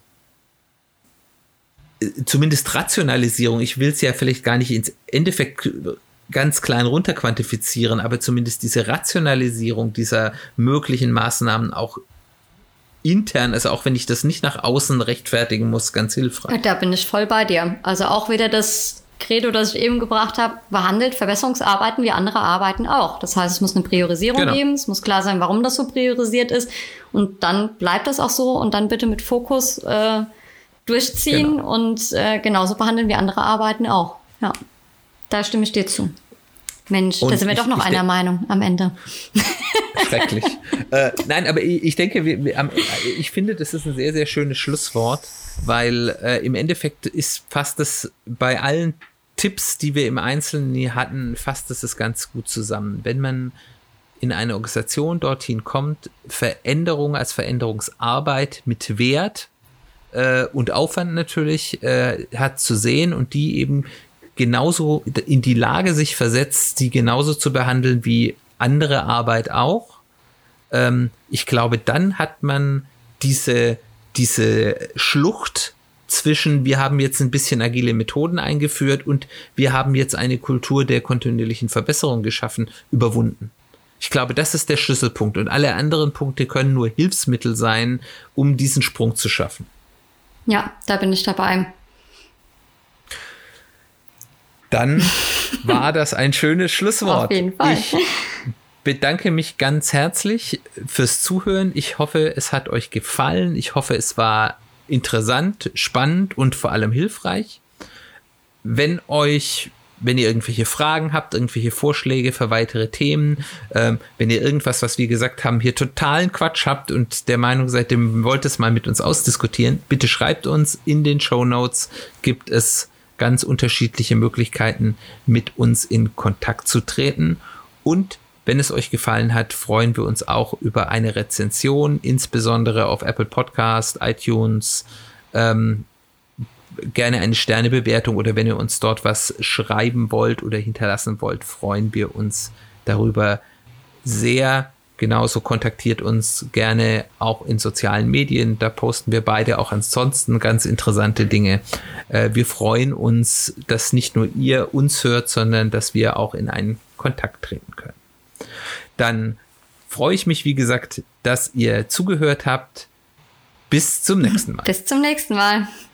äh, zumindest Rationalisierung, ich will es ja vielleicht gar nicht ins Endeffekt ganz klein runterquantifizieren, aber zumindest diese Rationalisierung dieser möglichen Maßnahmen auch intern, also auch wenn ich das nicht nach außen rechtfertigen muss, ganz hilfreich. Da bin ich voll bei dir. Also auch wieder das Credo, das ich eben gebracht habe, behandelt Verbesserungsarbeiten wie andere Arbeiten auch. Das heißt, es muss eine Priorisierung genau. geben, es muss klar sein, warum das so priorisiert ist und dann bleibt das auch so und dann bitte mit Fokus äh, durchziehen genau. und äh, genauso behandeln wie andere Arbeiten auch. Ja. Da stimme ich dir zu. Mensch, und da sind wir ich, doch noch einer de- Meinung am Ende. Schrecklich. äh, nein, aber ich, ich denke, wir, wir, ich finde, das ist ein sehr, sehr schönes Schlusswort, weil äh, im Endeffekt ist fast das bei allen Tipps, die wir im Einzelnen hatten, fasst das es ganz gut zusammen. Wenn man in eine Organisation dorthin kommt, Veränderung als Veränderungsarbeit mit Wert äh, und Aufwand natürlich äh, hat zu sehen und die eben genauso in die Lage sich versetzt, die genauso zu behandeln wie andere Arbeit auch. Ähm, ich glaube, dann hat man diese, diese Schlucht zwischen, wir haben jetzt ein bisschen agile Methoden eingeführt und wir haben jetzt eine Kultur der kontinuierlichen Verbesserung geschaffen, überwunden. Ich glaube, das ist der Schlüsselpunkt und alle anderen Punkte können nur Hilfsmittel sein, um diesen Sprung zu schaffen. Ja, da bin ich dabei. Dann war das ein schönes Schlusswort. Auf jeden Fall. Ich bedanke mich ganz herzlich fürs Zuhören. Ich hoffe, es hat euch gefallen. Ich hoffe, es war interessant, spannend und vor allem hilfreich. Wenn euch, wenn ihr irgendwelche Fragen habt, irgendwelche Vorschläge für weitere Themen, ähm, wenn ihr irgendwas, was wir gesagt haben, hier totalen Quatsch habt und der Meinung seid, ihr wollt es mal mit uns ausdiskutieren, bitte schreibt uns. In den Shownotes gibt es ganz unterschiedliche Möglichkeiten, mit uns in Kontakt zu treten. Und wenn es euch gefallen hat, freuen wir uns auch über eine Rezension, insbesondere auf Apple Podcast, iTunes, ähm, gerne eine Sternebewertung oder wenn ihr uns dort was schreiben wollt oder hinterlassen wollt, freuen wir uns darüber sehr. Genauso kontaktiert uns gerne auch in sozialen Medien. Da posten wir beide auch ansonsten ganz interessante Dinge. Äh, wir freuen uns, dass nicht nur ihr uns hört, sondern dass wir auch in einen Kontakt treten können. Dann freue ich mich, wie gesagt, dass ihr zugehört habt. Bis zum nächsten Mal. Bis zum nächsten Mal.